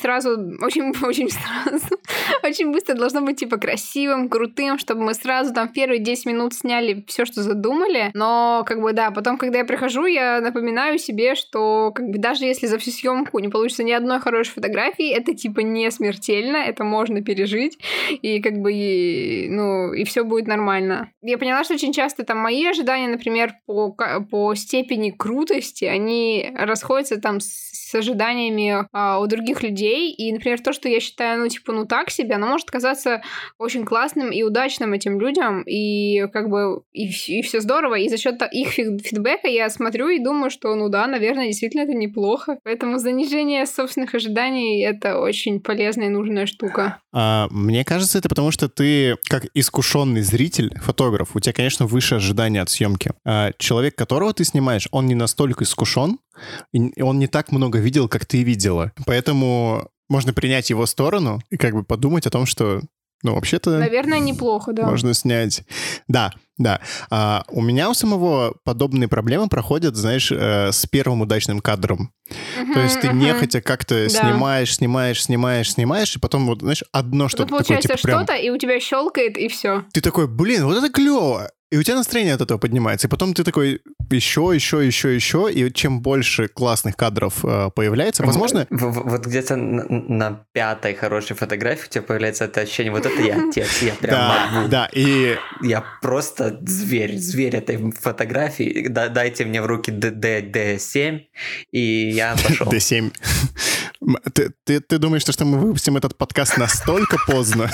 быстро должно быть красивым, крутым, чтобы мы сразу в первые 10 минут сняли все, что задумали. Но потом, когда я прихожу, я напоминаю себе, что даже если за всю съемку не получится ни одной хорошей фотографии, это не смертельно, это можно пережить, и и все будет нормально. Я поняла, что очень часто часто там мои ожидания, например, по степени крутости, они расходятся там с ожиданиями у других людей. И, например, то, что я считаю, так себе, оно может казаться очень классным и удачным этим людям, и как бы и все здорово. И за счет их фидбэка я смотрю и думаю, что, наверное, действительно это неплохо. Поэтому занижение собственных ожиданий — это очень полезная и нужная штука. Мне кажется, это потому, что ты, как искушенный зритель, фотограф, у тебя, конечно, выше ожидания от съемки. Человек, которого ты снимаешь, он не настолько искушен, и он не так много видел, как ты видела. Поэтому можно принять его сторону и как бы подумать о том, что, вообще-то... Наверное, неплохо, да. Можно снять. Да. У меня у самого подобные проблемы проходят, знаешь, с первым удачным кадром. То есть ты нехотя как-то снимаешь, и потом, знаешь, одно что-то такое, получается что-то, и у тебя щелкает, и все. Ты такой, вот это клево! И у тебя настроение от этого поднимается. И потом ты такой еще. И чем больше классных кадров появляется, возможно... Вот где-то на 5-й хорошей фотографии у тебя появляется это ощущение, вот это я отец, я прям могу. Да, и... Я просто зверь этой фотографии. Дайте мне в руки D7, и я пошел. D7. Ты думаешь, что мы выпустим этот подкаст настолько поздно?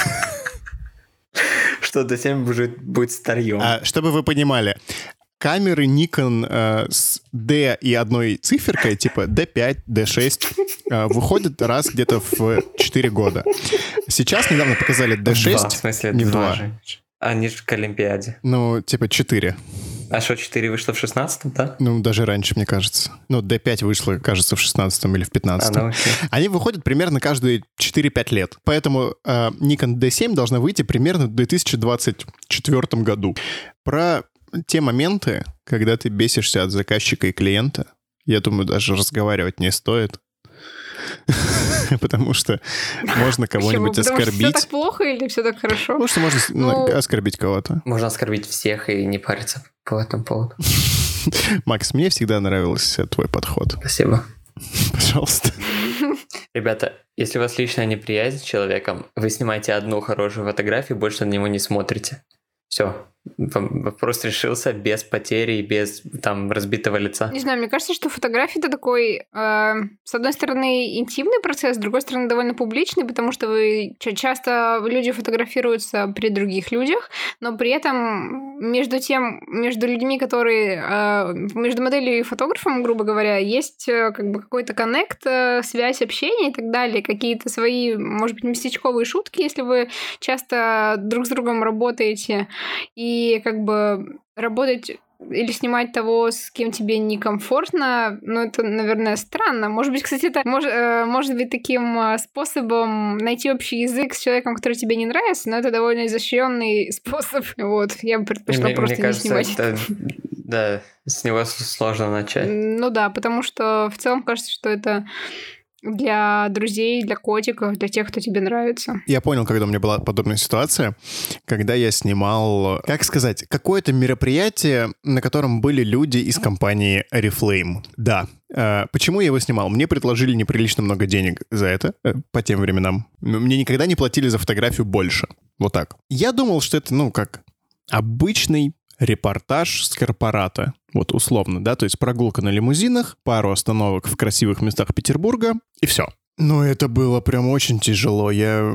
Что D7 будет старьем. Чтобы вы понимали, камеры Nikon с D и одной циферкой, типа D5, D6, выходят раз где-то в 4 года. Сейчас недавно показали D6, в смысле, не в 2. Они же к Олимпиаде. 4. А что, 4 вышло в 16-м, да? Даже раньше, мне кажется. D5 вышло, кажется, в 16-м или в 15-м. Они выходят примерно каждые 4-5 лет. Поэтому Nikon D7 должна выйти примерно в 2024 году. Про те моменты, когда ты бесишься от заказчика и клиента, я думаю, даже разговаривать не стоит. Потому что можно кого-нибудь оскорбить. Потому что все так плохо или все так хорошо? Потому что можно оскорбить кого-то. Можно оскорбить всех и не париться по этому поводу. Макс, мне всегда нравился твой подход. Спасибо. Пожалуйста. Ребята, если у вас личная неприязнь с человеком, вы снимаете одну хорошую фотографию, больше на него не смотрите. Все. Вопрос решился без потери и без разбитого лица. Не знаю, мне кажется, что фотография — это такой, с одной стороны, интимный процесс, с другой стороны, довольно публичный, потому что часто люди фотографируются при других людях, но при этом между людьми, которые... между моделью и фотографом, грубо говоря, есть какой-то коннект, связь, общение и так далее, какие-то свои, может быть, местечковые шутки, если вы часто друг с другом работаете, и работать или снимать того, с кем тебе некомфортно, это, наверное, странно. Может быть, кстати, это может быть таким способом найти общий язык с человеком, который тебе не нравится, но это довольно изощренный способ. Я бы предпочла просто не снимать. Да, с него сложно начать. Потому что в целом кажется, что это для друзей, для котиков, для тех, кто тебе нравится. Я понял, когда у меня была подобная ситуация, когда я снимал, какое-то мероприятие, на котором были люди из компании Oriflame. Да. Почему я его снимал? Мне предложили неприлично много денег за это по тем временам. Мне никогда не платили за фотографию больше. Вот так. Я думал, что это, обычный репортаж с корпората. Условно, да, то есть прогулка на лимузинах, пару остановок в красивых местах Петербурга, и все. Но это было прям очень тяжело. Я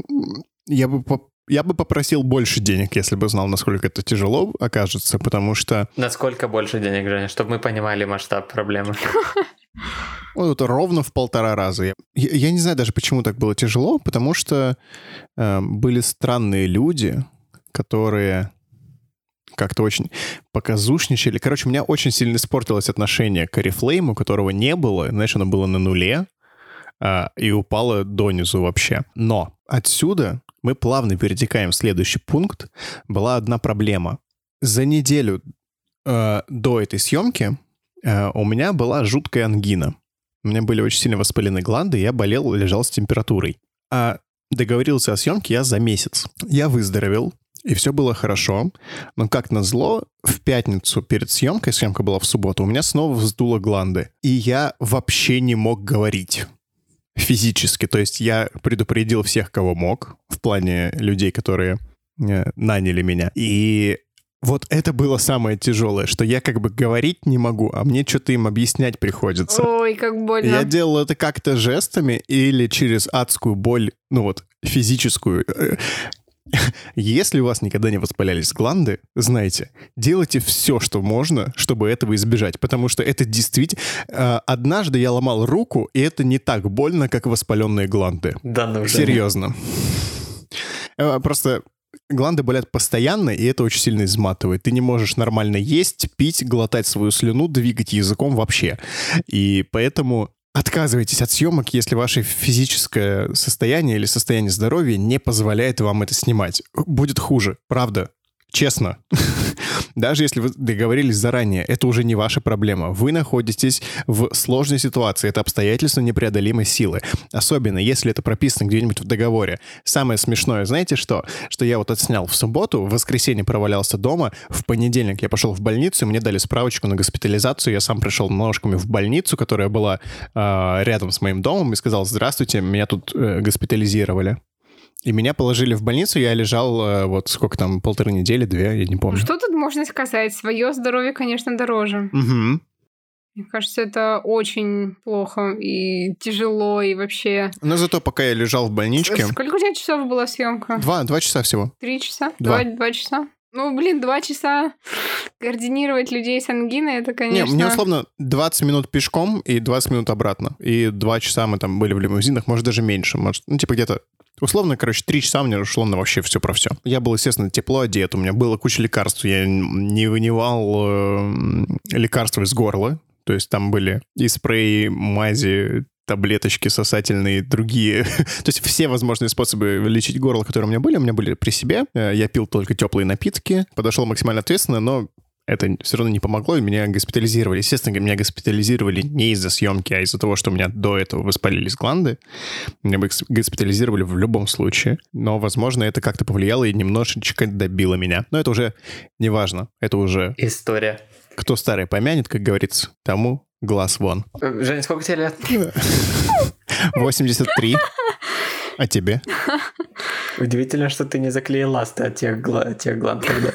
бы попросил больше денег, если бы знал, насколько это тяжело окажется, потому что... Насколько больше денег, Женя, чтобы мы понимали масштаб проблемы? Это ровно в 1,5 раза. Я не знаю даже, почему так было тяжело, потому что были странные люди, которые... как-то очень показушничали. Короче, у меня очень сильно испортилось отношение к Oriflame, которого не было. Знаешь, оно было на нуле и упало донизу вообще. Но отсюда мы плавно перетекаем в следующий пункт. Была одна проблема. За неделю до этой съемки у меня была жуткая ангина. У меня были очень сильно воспалены гланды, я болел, лежал с температурой. А договорился о съемке я за месяц. Я выздоровел, и все было хорошо. Но как назло, в пятницу перед съемкой, съемка была в субботу, у меня снова вздуло гланды. И я вообще не мог говорить физически. То есть я предупредил всех, кого мог, в плане людей, которые наняли меня. И Вот это было самое тяжелое, что я как бы говорить не могу, а мне что-то им объяснять приходится. Ой, как больно. Я делал это как-то жестами или через адскую боль, ну вот, физическую. Если у вас никогда не воспалялись гланды, знайте, делайте все, что можно, чтобы этого избежать, потому что это действительно... Однажды я ломал руку, и это не так больно, как воспаленные гланды. Да, ну уже. Серьезно. Просто... Гланды болят постоянно, и это очень сильно изматывает. Ты не можешь нормально есть, пить, глотать свою слюну, двигать языком вообще. И поэтому отказывайтесь от съемок, если ваше физическое состояние или состояние здоровья не позволяет вам это снимать. Будет хуже, правда. Честно. Даже если вы договорились заранее, это уже не ваша проблема. Вы находитесь в сложной ситуации. Это обстоятельства непреодолимой силы. Особенно, если это прописано где-нибудь в договоре. Самое смешное, знаете что? Что я вот отснял в субботу, в воскресенье провалялся дома, в понедельник я пошел в больницу, и мне дали справочку на госпитализацию. Я сам пришел ножками в больницу, которая была рядом с моим домом, и сказал: «Здравствуйте, меня тут госпитализировали». И меня положили в больницу, я лежал, вот сколько там, 1,5 недели, 2, я не помню. Что тут можно сказать? Свое здоровье, конечно, дороже. Угу. Мне кажется, это очень плохо и тяжело, и вообще... Но зато пока я лежал в больничке... Сколько у тебя часов была съемка? 2 часа всего. 3 часа? 2 часа? Ну, 2 часа координировать людей с ангиной, это, конечно... Не, мне условно 20 минут пешком и 20 минут обратно. И 2 часа мы там были в лимузинах, может, даже меньше. Может, ну, типа где-то... Условно, 3 часа мне ушло на вообще все про все. Я был, естественно, тепло одет, у меня была куча лекарств, я не вынимал лекарства из горла. То есть там были и спреи, мази, таблеточки сосательные, другие. То есть все возможные способы лечить горло, которые у меня были при себе. Я пил только теплые напитки, подошел максимально ответственно, но это все равно не помогло, и меня госпитализировали. Естественно, меня госпитализировали не из-за съемки, а из-за того, что у меня до этого воспалились гланды. Меня бы госпитализировали в любом случае. Но, возможно, это как-то повлияло и немножечко добило меня. Но это уже не важно. Это уже... История. Кто старый помянет, как говорится, тому глаз вон. Жень, сколько тебе лет? 83. А тебе? Удивительно, что ты не заклеил ласты от тех гланд тогда.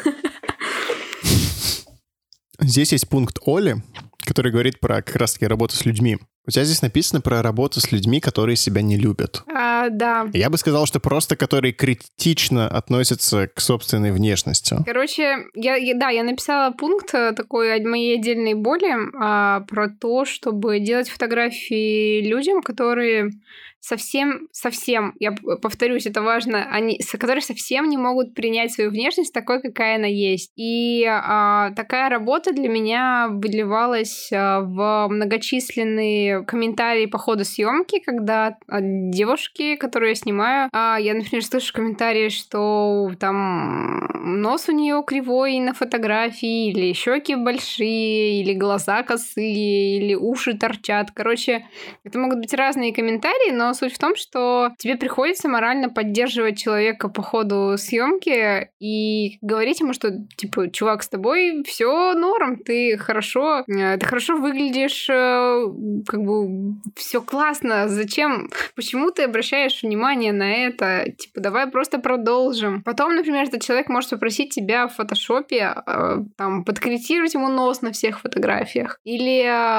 Здесь есть пункт Оли, который говорит про как раз-таки работу с людьми. У тебя здесь написано про работу с людьми, которые себя не любят. Да. Я бы сказал, что просто которые критично относятся к собственной внешности. Короче, я написала пункт такой от моей отдельной боли про то, чтобы делать фотографии людям, которые совсем, я повторюсь, это важно, которые совсем не могут принять свою внешность такой, какая она есть. И такая работа для меня выливалась в многочисленные комментарии по ходу съемки, когда девушки, которые я снимаю, я, например, слышу комментарии, что там нос у нее кривой на фотографии, или щеки большие, или глаза косые, или уши торчат. Короче, это могут быть разные комментарии, но суть в том, что тебе приходится морально поддерживать человека по ходу съемки и говорить ему, что, типа, чувак, с тобой все норм, ты хорошо выглядишь, как бы все классно, почему ты обращаешь внимание на это? Типа, давай просто продолжим. Потом, например, этот человек может попросить тебя в фотошопе там подкорректировать ему нос на всех фотографиях, или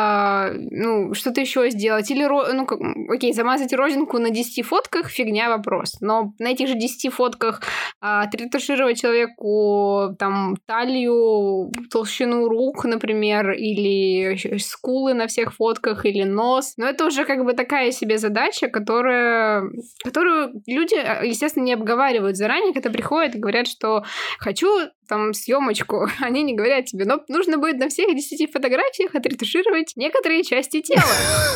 что-то еще сделать, или замазать родинку на 10 фотках, фигня, вопрос. Но на этих же 10 фотках отретушировать человеку там талию, толщину рук, например, или скулы на всех фотках, или нос. Но это уже как бы такая себе задача, которую люди, естественно, не обговаривают заранее, когда приходят и говорят, что хочу там съемочку. Они не говорят тебе, но нужно будет на всех 10 фотографиях отретушировать некоторые части тела.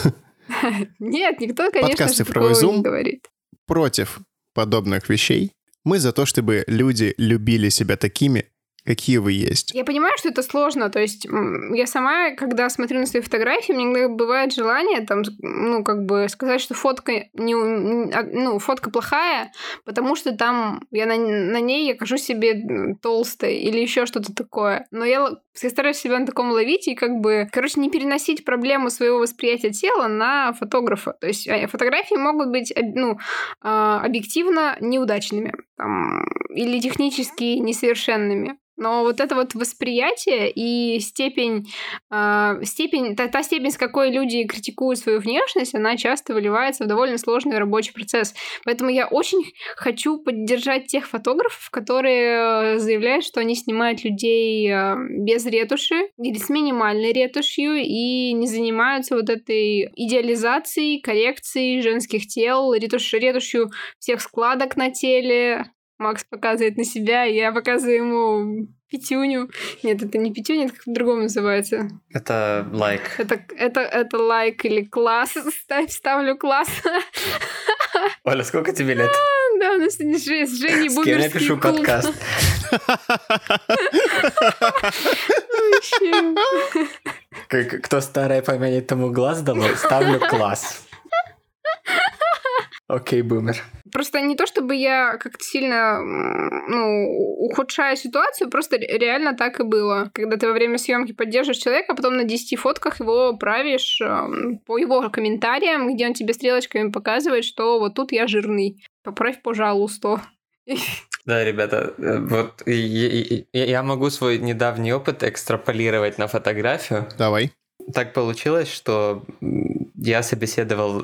Нет, никто, конечно, подкаст «Цифровой зум» не говорит. Против подобных вещей. Мы за то, чтобы люди любили себя такими, какие вы есть. Я понимаю, что это сложно. То есть я сама, когда смотрю на свои фотографии, мне иногда бывает желание там, сказать, что фотка фотка плохая, потому что там я на ней я кажусь себе толстой или еще что-то такое. Но я стараюсь себя на таком ловить и не переносить проблему своего восприятия тела на фотографа. То есть фотографии могут быть объективно неудачными или технически несовершенными. Но вот это вот восприятие и степень, та степень, с какой люди критикуют свою внешность, она часто выливается в довольно сложный рабочий процесс. Поэтому я очень хочу поддержать тех фотографов, которые заявляют, что они снимают людей без ретуши или с минимальной ретушью и не занимаются вот этой идеализацией, коррекцией женских тел, ретушью всех складок на теле. Макс показывает на себя, я показываю ему пятюню. Нет, это не пятюня, это как-то по-другому называется. Это лайк. Это лайк или класс. Ставлю класс. Оля, сколько тебе лет? Да, у нас с Женей бумерский клуб. С кем я пишу подкаст? Кто старое помянет, тому глаз домой? Ставлю класс. Окей, бумер. Просто не то, чтобы я как-то сильно ухудшаю ситуацию, просто реально так и было. Когда ты во время съемки поддерживаешь человека, а потом на 10 фотках его правишь по его комментариям, где он тебе стрелочками показывает, что вот тут я жирный. Поправь, пожалуйста. Да, ребята, вот я могу свой недавний опыт экстраполировать на фотографию. Давай. Так получилось, что я собеседовал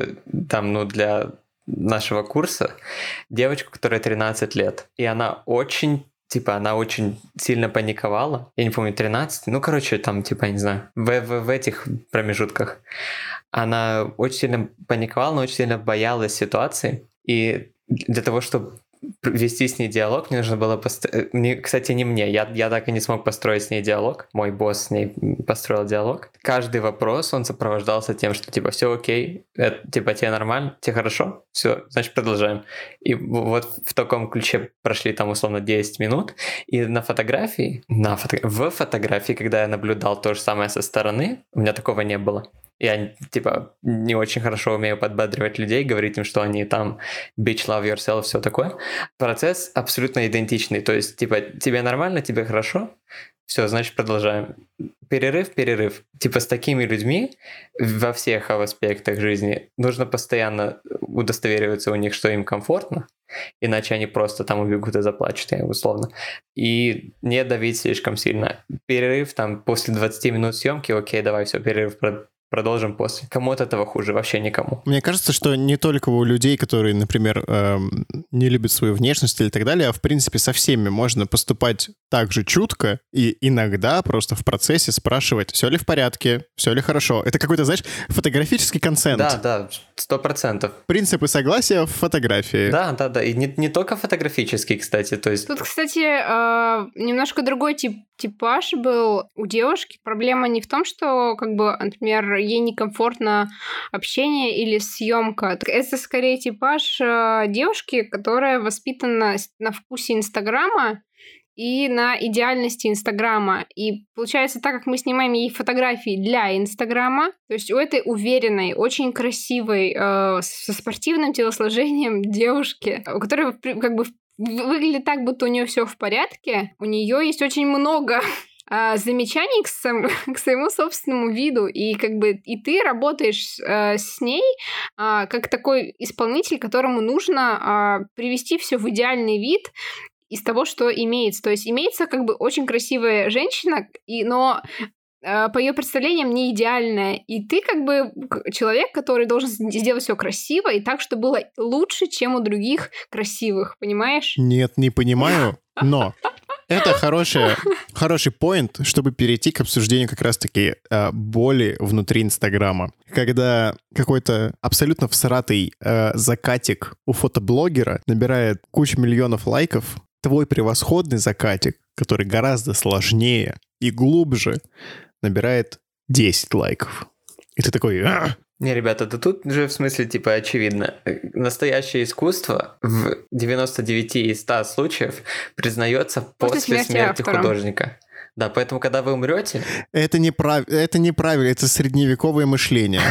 для нашего курса девочку, которой 13 лет. И она очень сильно паниковала. Я не помню, 13. Я не знаю, в этих промежутках. Она очень сильно паниковала, но очень сильно боялась ситуации. И для того, чтобы вести с ней диалог, мне нужно было... Кстати, не мне. Я так и не смог построить с ней диалог. Мой босс с ней построил диалог. Каждый вопрос, он сопровождался тем, что все окей, тебе нормально, тебе хорошо, все, значит, продолжаем. И вот в таком ключе прошли там условно 10 минут. И в фотографии, когда я наблюдал то же самое со стороны, у меня такого не было. Я, не очень хорошо умею подбадривать людей, говорить им, что они там bitch, love yourself, все такое. Процесс абсолютно идентичный. То есть, тебе нормально, тебе хорошо, все, значит, продолжаем. Перерыв. С такими людьми во всех аспектах жизни нужно постоянно удостовериваться у них, что им комфортно, иначе они просто там убегут и заплачут, условно. И не давить слишком сильно. Перерыв после 20 минут съемки, окей, давай, все, перерыв продолжим после. Кому от этого хуже? Вообще никому. Мне кажется, что не только у людей, которые, например, не любят свою внешность или так далее, а в принципе со всеми можно поступать так же чутко и иногда просто в процессе спрашивать, все ли в порядке, все ли хорошо. Это какой-то, знаешь, фотографический консент. Да, 100%. Принципы согласия в фотографии. Да. И не только фотографический, кстати. То есть... Тут, кстати, немножко другой типаж был у девушки. Проблема не в том, что, например, ей некомфортно общение или съемка. Это скорее типаж девушки, которая воспитана на вкусе Инстаграма и на идеальности Инстаграма. И получается, так как мы снимаем ей фотографии для Инстаграма, то есть у этой уверенной, очень красивой, со спортивным телосложением девушки, у которой выглядит так, будто у нее все в порядке, у нее есть очень много замечаний к своему собственному виду, и и ты работаешь с ней как такой исполнитель, которому нужно привести все в идеальный вид из того, что имеется. То есть имеется очень красивая женщина, но по ее представлениям не идеальная. И ты человек, который должен сделать все красиво и так, чтобы было лучше, чем у других красивых, понимаешь? Нет, не понимаю, но это хороший поинт, чтобы перейти к обсуждению как раз-таки боли внутри Инстаграма. Когда какой-то абсолютно всратый закатик у фотоблогера набирает кучу миллионов лайков, твой превосходный закатик, который гораздо сложнее и глубже, набирает 10 лайков. И ты такой... Не, ребята, да тут же в смысле очевидно. Настоящее искусство в 99 из 100 случаев признается после смерти художника. Да, поэтому, когда вы умрете... Это неправильно, это средневековое мышление.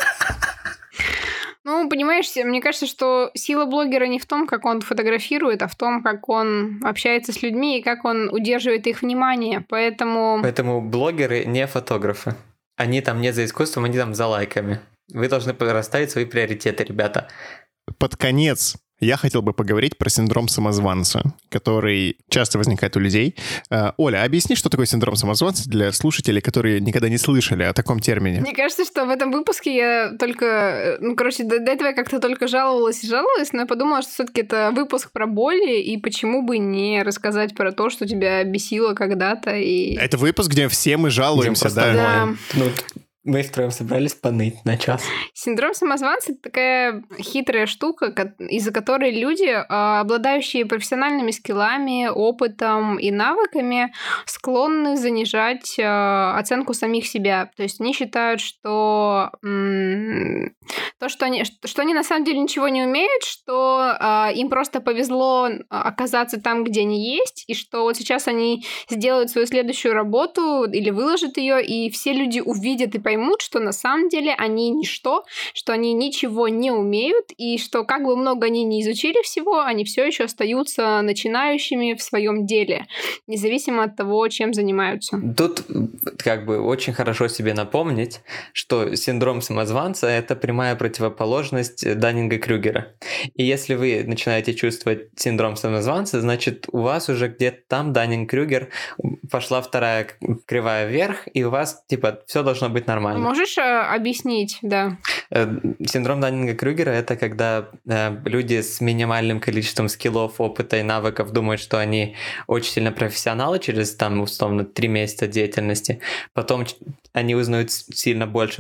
Понимаешь, мне кажется, что сила блогера не в том, как он фотографирует, а в том, как он общается с людьми и как он удерживает их внимание. Поэтому блогеры не фотографы. Они там не за искусством, они там за лайками. Вы должны расставить свои приоритеты, ребята. Под конец я хотел бы поговорить про синдром самозванца, который часто возникает у людей. Оля, объясни, что такое синдром самозванца для слушателей, которые никогда не слышали о таком термине. Мне кажется, что в этом выпуске я только... до этого я как-то только жаловалась, но я подумала, что все-таки это выпуск про боли, и почему бы не рассказать про то, что тебя бесило когда-то. И... Это выпуск, где все мы жалуемся, да? Ну, мы втроем собрались поныть на час. Синдром самозванца — это такая хитрая штука, из-за которой люди, обладающие профессиональными скиллами, опытом и навыками, склонны занижать оценку самих себя. То есть они считают, что что они на самом деле ничего не умеют, что им просто повезло оказаться там, где они есть, и что вот сейчас они сделают свою следующую работу или выложат ее, и все люди увидят и поймут, что на самом деле они ничто, что они ничего не умеют, и что как бы много они не изучили всего, они все еще остаются начинающими в своем деле, независимо от того, чем занимаются. Тут как бы очень хорошо себе напомнить, что синдром самозванца — это прямая противоположность Даннинга-Крюгера. И если вы начинаете чувствовать синдром самозванца, значит, у вас уже где-то там Даннинг-Крюгер, пошла вторая кривая вверх, и у вас, типа, все должно быть нормально. Можешь объяснить, да? Синдром Даннинга-Крюгера — это когда люди с минимальным количеством скиллов, опыта и навыков думают, что они очень сильно профессионалы через, там, условно, 3 месяца деятельности. Потом они узнают сильно больше,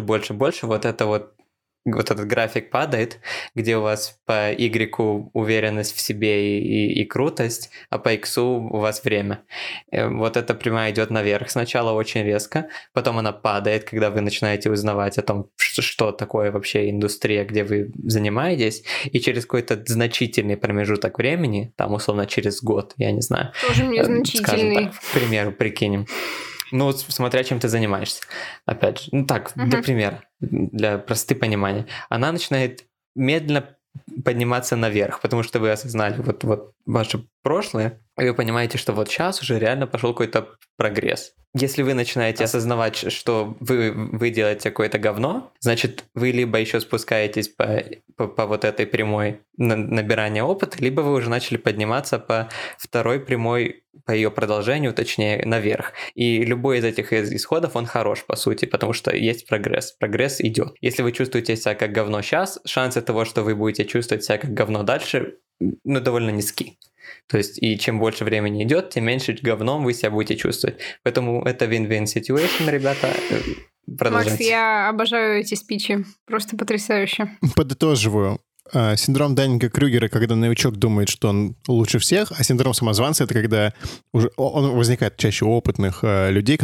вот этот график падает, где у вас по Y уверенность в себе и крутость, а по X у вас время. Вот эта прямая идет наверх сначала очень резко, потом она падает, когда вы начинаете узнавать о том, что такое вообще индустрия, где вы занимаетесь, и через какой-то значительный промежуток времени, там условно через год, я не знаю. Тоже мне значительный. Так, к примеру, прикинем. Ну, смотря чем ты занимаешься. Опять же, для примера, для простоты понимания. Она начинает медленно подниматься наверх, потому что вы осознали вот ваше прошлое, и вы понимаете, что вот сейчас уже реально пошел какой-то прогресс. Если вы начинаете осознавать, что вы делаете какое-то говно, значит, вы либо еще спускаетесь по вот этой прямой набирания опыта, либо вы уже начали подниматься по второй прямой, по ее продолжению, точнее, наверх. И любой из этих исходов, он хорош, по сути, потому что есть прогресс. Прогресс идет. Если вы чувствуете себя как говно сейчас, шансы того, что вы будете чувствовать себя как говно дальше, довольно низки. То есть, и чем больше времени идет, тем меньше говном вы себя будете чувствовать. Поэтому это win-win situation, ребята. Продолжайте. Макс, я обожаю эти спичи. Просто потрясающе. Подытоживаю. Синдром Даннинга-Крюгера, когда новичок думает, что он лучше всех, а синдром самозванца — это когда уже он возникает чаще у опытных людей,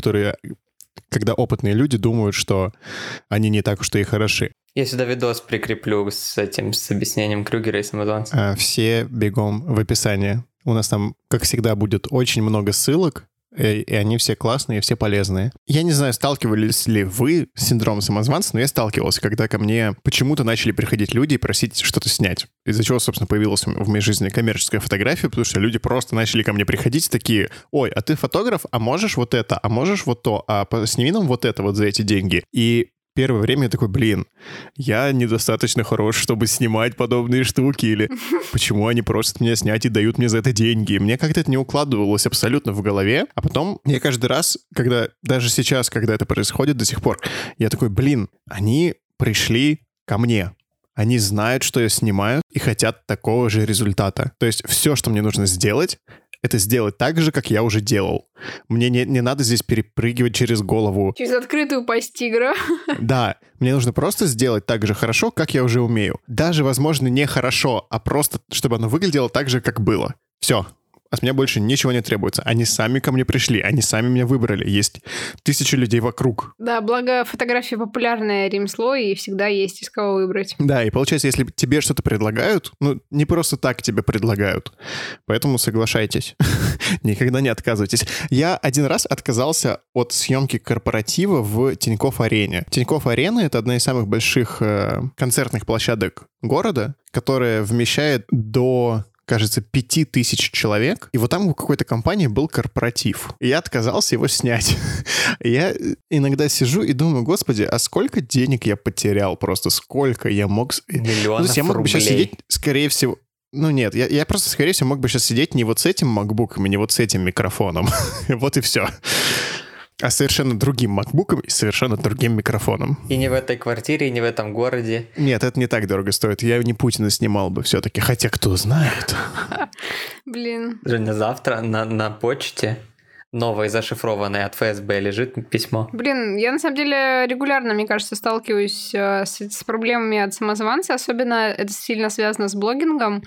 когда опытные люди думают, что они не так уж и хороши. Я сюда видос прикреплю с объяснением Крюгера и самозванца. Все бегом в описание. У нас там, как всегда, будет очень много ссылок, и они все классные, все полезные. Я не знаю, сталкивались ли вы с синдромом самозванца, но я сталкивался, когда ко мне почему-то начали приходить люди и просить что-то снять. Из-за чего, собственно, появилась в моей жизни коммерческая фотография, потому что люди просто начали ко мне приходить такие: ой, а ты фотограф, а можешь вот это, а можешь вот то, а сними нам вот это вот за эти деньги. И первое время я такой: я недостаточно хорош, чтобы снимать подобные штуки, или почему они просят меня снять и дают мне за это деньги. Мне как-то это не укладывалось абсолютно в голове. А потом я каждый раз, даже сейчас, когда это происходит до сих пор, я такой: они пришли ко мне. Они знают, что я снимаю, и хотят такого же результата. То есть все, что мне нужно сделать, это сделать так же, как я уже делал. Мне не надо здесь перепрыгивать через голову. Через открытую пасть тигра. Да, мне нужно просто сделать так же хорошо, как я уже умею. Даже, возможно, не хорошо, а просто, чтобы оно выглядело так же, как было. Все. От меня больше ничего не требуется. Они сами ко мне пришли, они сами меня выбрали. Есть 1000 людей вокруг. Да, благо фотография — популярное ремесло, и всегда есть из кого выбрать. Да, и получается, если тебе что-то предлагают, не просто так тебе предлагают. Поэтому соглашайтесь. Никогда не отказывайтесь. Я один раз отказался от съемки корпоратива в Тинькофф-арене. Тинькофф-арена — это одна из самых больших концертных площадок города, которая вмещает до, кажется, 5000 человек. И вот там у какой-то компании был корпоратив. И я отказался его снять. Я иногда сижу и думаю: господи, а сколько денег я потерял просто? Сколько я мог... Миллионов я мог бы сейчас рублей. сидеть, скорее всего... Ну нет, я просто, скорее всего, мог бы сейчас сидеть не вот с этим макбуком и не вот с этим микрофоном. Вот и все. А совершенно другим макбуком и совершенно другим микрофоном. И не в этой квартире, и не в этом городе. Нет, это не так дорого стоит. Я не Путина снимал бы все-таки. Хотя кто знает. Блин. Женя, завтра на почте новой зашифрованной от ФСБ лежит письмо. Блин, я на самом деле регулярно, мне кажется, сталкиваюсь с проблемами от самозванца. Особенно это сильно связано с блогингом,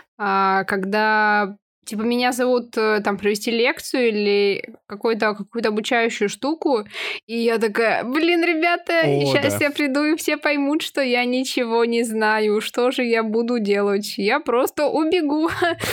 когда типа меня зовут там провести лекцию или какую-то обучающую штуку, и я такая, блин, ребята, сейчас я приду, и все поймут, что я ничего не знаю, что же я буду делать? Я просто убегу.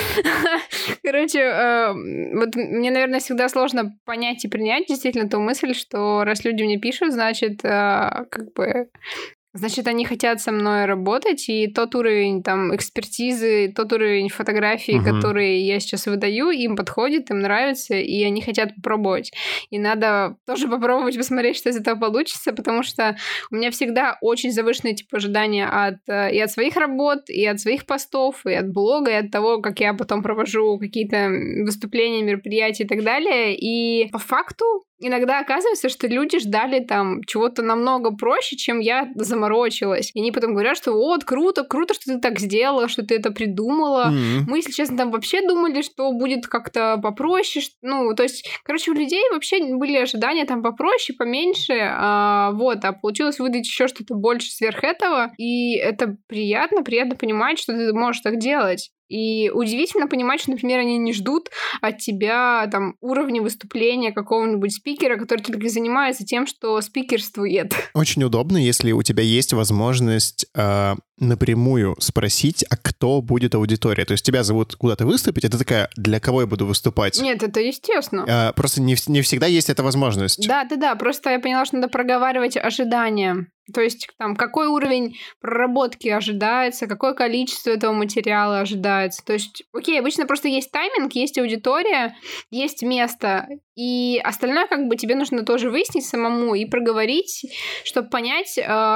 Короче, вот мне, наверное, всегда сложно понять и принять действительно ту мысль, что раз люди мне пишут, значит, как бы... Значит, они хотят со мной работать, и тот уровень там экспертизы, тот уровень фотографий, которые я сейчас выдаю, им подходит, им нравится, и они хотят попробовать. И надо тоже попробовать посмотреть, что из этого получится, потому что у меня всегда очень завышенные типа ожидания и от своих работ, и от своих постов, и от блога, и от того, как я потом провожу какие-то выступления, мероприятия и так далее. И по факту иногда оказывается, что люди ждали там чего-то намного проще, чем я заморочилась. И они потом говорят, что вот, круто, что ты так сделала, что ты это придумала. Мы, если честно, там вообще думали, что будет как-то попроще. Ну, то есть, короче, у людей вообще были ожидания там попроще, поменьше. А получилось выдать еще что-то больше сверх этого. И это приятно понимать, что ты можешь так делать. И удивительно понимать, что, например, они не ждут от тебя там уровня выступления какого-нибудь спикера, который только занимается тем, что спикерствует. Очень удобно, если у тебя есть возможность напрямую спросить, а кто будет аудитория. То есть тебя зовут куда-то выступить, а ты такая, для кого я буду выступать? Нет, это естественно. Просто не всегда есть эта возможность. Да, просто я поняла, что надо проговаривать ожидания. То есть там какой уровень проработки ожидается, какое количество этого материала ожидается. То есть, окей, обычно просто есть тайминг, есть аудитория, есть место, и остальное как бы тебе нужно тоже выяснить самому и проговорить, чтобы понять,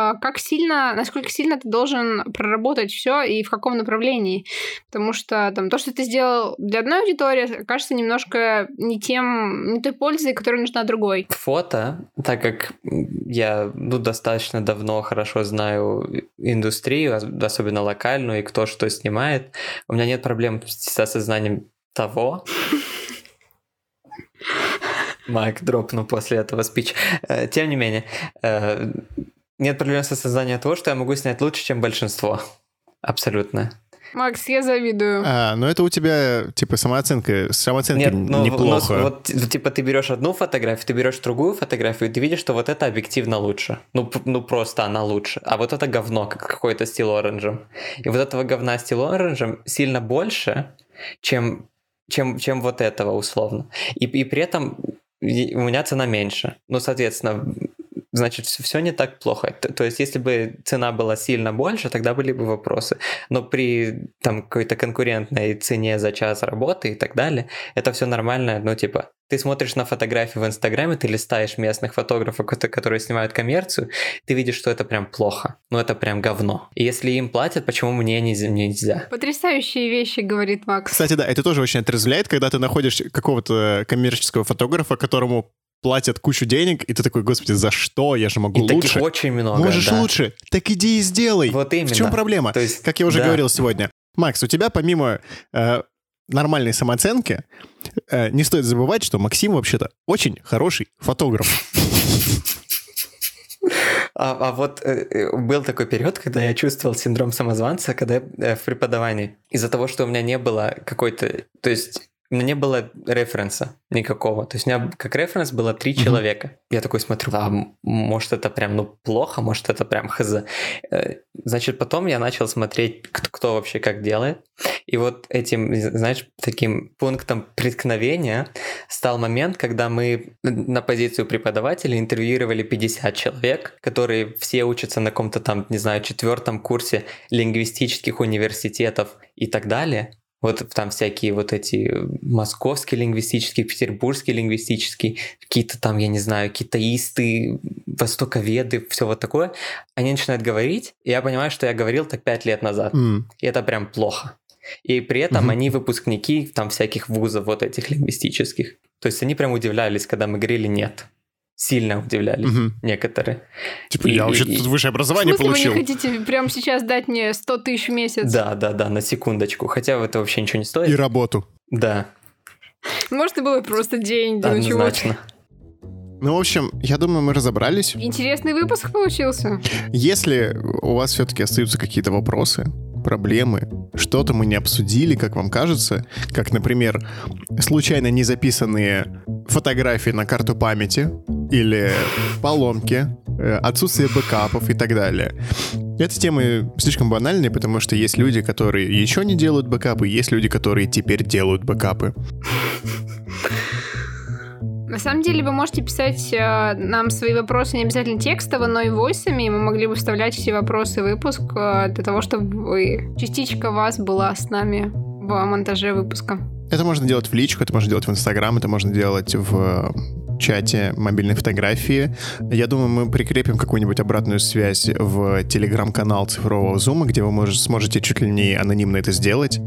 насколько сильно ты должен проработать все и в каком направлении. Потому что там то, что ты сделал для одной аудитории, кажется немножко не той пользой, которая нужна другой. Фото, так как я достаточно давно хорошо знаю индустрию, особенно локальную, и кто что снимает, у меня нет проблем с осознанием того... Майк дропнул после этого спича. Тем не менее, нет проблем с осознанием того, что я могу снять лучше, чем большинство. Абсолютно. Макс, я завидую. Ну это у тебя, типа, самооценка Нет, неплохо. Вот, типа, ты берешь одну фотографию, ты берешь другую фотографию, и ты видишь, что вот это объективно лучше. Ну просто она лучше. А вот это говно, как какой-то стил оранжем. И вот этого говна стил оранжем сильно больше, чем вот этого, условно. И при этом у меня цена меньше. Ну, соответственно, значит, все не так плохо. То есть, если бы цена была сильно больше, тогда были бы вопросы. Но при там какой-то конкурентной цене за час работы и так далее, это все нормально. Ну, типа, ты смотришь на фотографии в Инстаграме, ты листаешь местных фотографов, которые снимают коммерцию, ты видишь, что это прям плохо. Ну, это прям говно. И если им платят, почему мне нельзя? Потрясающие вещи, говорит Макс. Кстати, да, это тоже очень отрезвляет, когда ты находишь какого-то коммерческого фотографа, которому платят кучу денег, и ты такой, господи, за что? Я же могу и лучше. Таких очень много. Можешь лучше? Так иди и сделай. Вот именно. В чем проблема? То есть, как я уже говорил сегодня. Макс, у тебя помимо нормальной самооценки, не стоит забывать, что Максим вообще-то очень хороший фотограф. А вот был такой период, когда я чувствовал синдром самозванца, когда я в преподавании. Из-за того, что у меня не было какой-то... То есть у меня не было референса никакого. То есть у меня как референс было 3 человека. Я такой смотрю, может это прям плохо, может это прям хз. Значит, потом я начал смотреть, кто вообще как делает. И вот этим, знаешь, таким пунктом преткновения стал момент, когда мы на позицию преподавателя интервьюировали 50 человек, которые все учатся на каком-то там, не знаю, 4-м курсе лингвистических университетов и так далее. Вот там всякие вот эти московские лингвистические, петербургские лингвистические, какие-то там, я не знаю, китаисты, востоковеды, все вот такое. Они начинают говорить, и я понимаю, что я говорил так 5 лет назад. И это прям плохо. И при этом они выпускники там всяких вузов вот этих лингвистических. То есть они прям удивлялись, когда мы говорили «нет». Сильно удивлялись некоторые. Типа, я вообще тут высшее образование получил. В смысле, вы не хотите прямо сейчас дать мне 100 тысяч в месяц? Да, на секундочку. Хотя это вообще ничего не стоит. И работу. Да. Может, и было просто деньги. Однозначно. Ну, в общем, я думаю, мы разобрались. Интересный выпуск получился. Если у вас все-таки остаются какие-то вопросы, проблемы, что-то мы не обсудили, как вам кажется, как, например, случайно не записанные фотографии на карту памяти или поломки, отсутствие бэкапов и так далее. Эти темы слишком банальные, потому что есть люди, которые еще не делают бэкапы, есть люди, которые теперь делают бэкапы. На самом деле вы можете писать нам свои вопросы не обязательно текстово, но и войсами. Мы могли бы вставлять все вопросы в выпуск для того, чтобы частичка вас была с нами в монтаже выпуска. Это можно делать в личку, это можно делать в Инстаграм, это можно делать в чате мобильной фотографии. Я думаю, мы прикрепим какую-нибудь обратную связь в телеграм-канал цифрового зума, где вы сможете чуть ли не анонимно это сделать.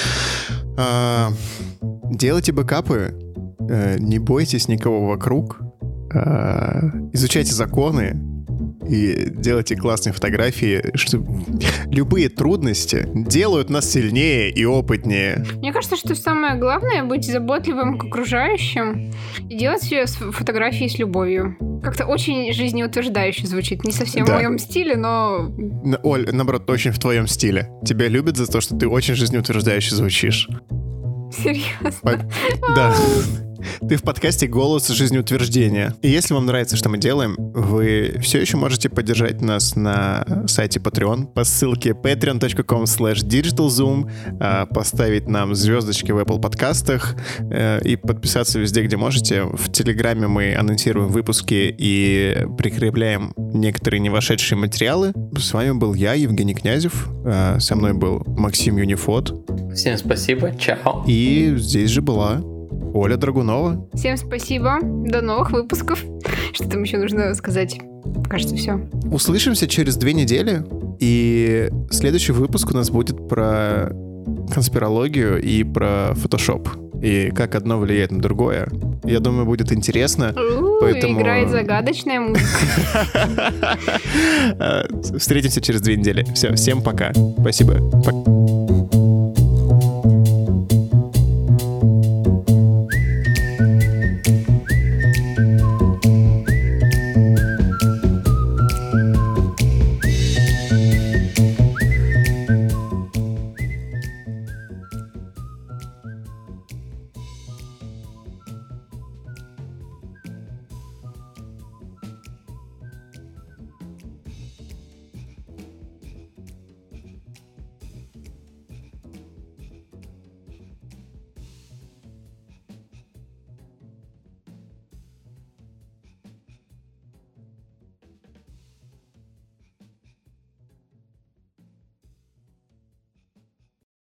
Делайте бэкапы. Не бойтесь никого вокруг, изучайте законы и делайте классные фотографии, что любые трудности делают нас сильнее и опытнее. Мне кажется, что самое главное — быть заботливым к окружающим и делать фотографии с любовью. Как-то очень жизнеутверждающе звучит. Не совсем в моем стиле, но... Оль, наоборот, очень в твоем стиле. Тебя любят за то, что ты очень жизнеутверждающе звучишь. Серьезно? Да. Ты в подкасте «Голос жизнеутверждения». И если вам нравится, что мы делаем, вы все еще можете поддержать нас на сайте Patreon по ссылке patreon.com/digitalzoom, поставить нам звездочки в Apple подкастах и подписаться везде, где можете. В Телеграме мы анонсируем выпуски и прикрепляем некоторые не вошедшие материалы. С вами был я, Евгений Князев. Со мной был Максим Юнифот. Всем спасибо, чао. И здесь же была Оля Драгунова. Всем спасибо. До новых выпусков. Что там еще нужно сказать? Кажется, все. Услышимся через 2 недели. И следующий выпуск у нас будет про конспирологию и про фотошоп. И как одно влияет на другое. Я думаю, будет интересно. Поэтому... Играет загадочная музыка. Встретимся через 2 недели. Все, всем пока. Спасибо. Пока.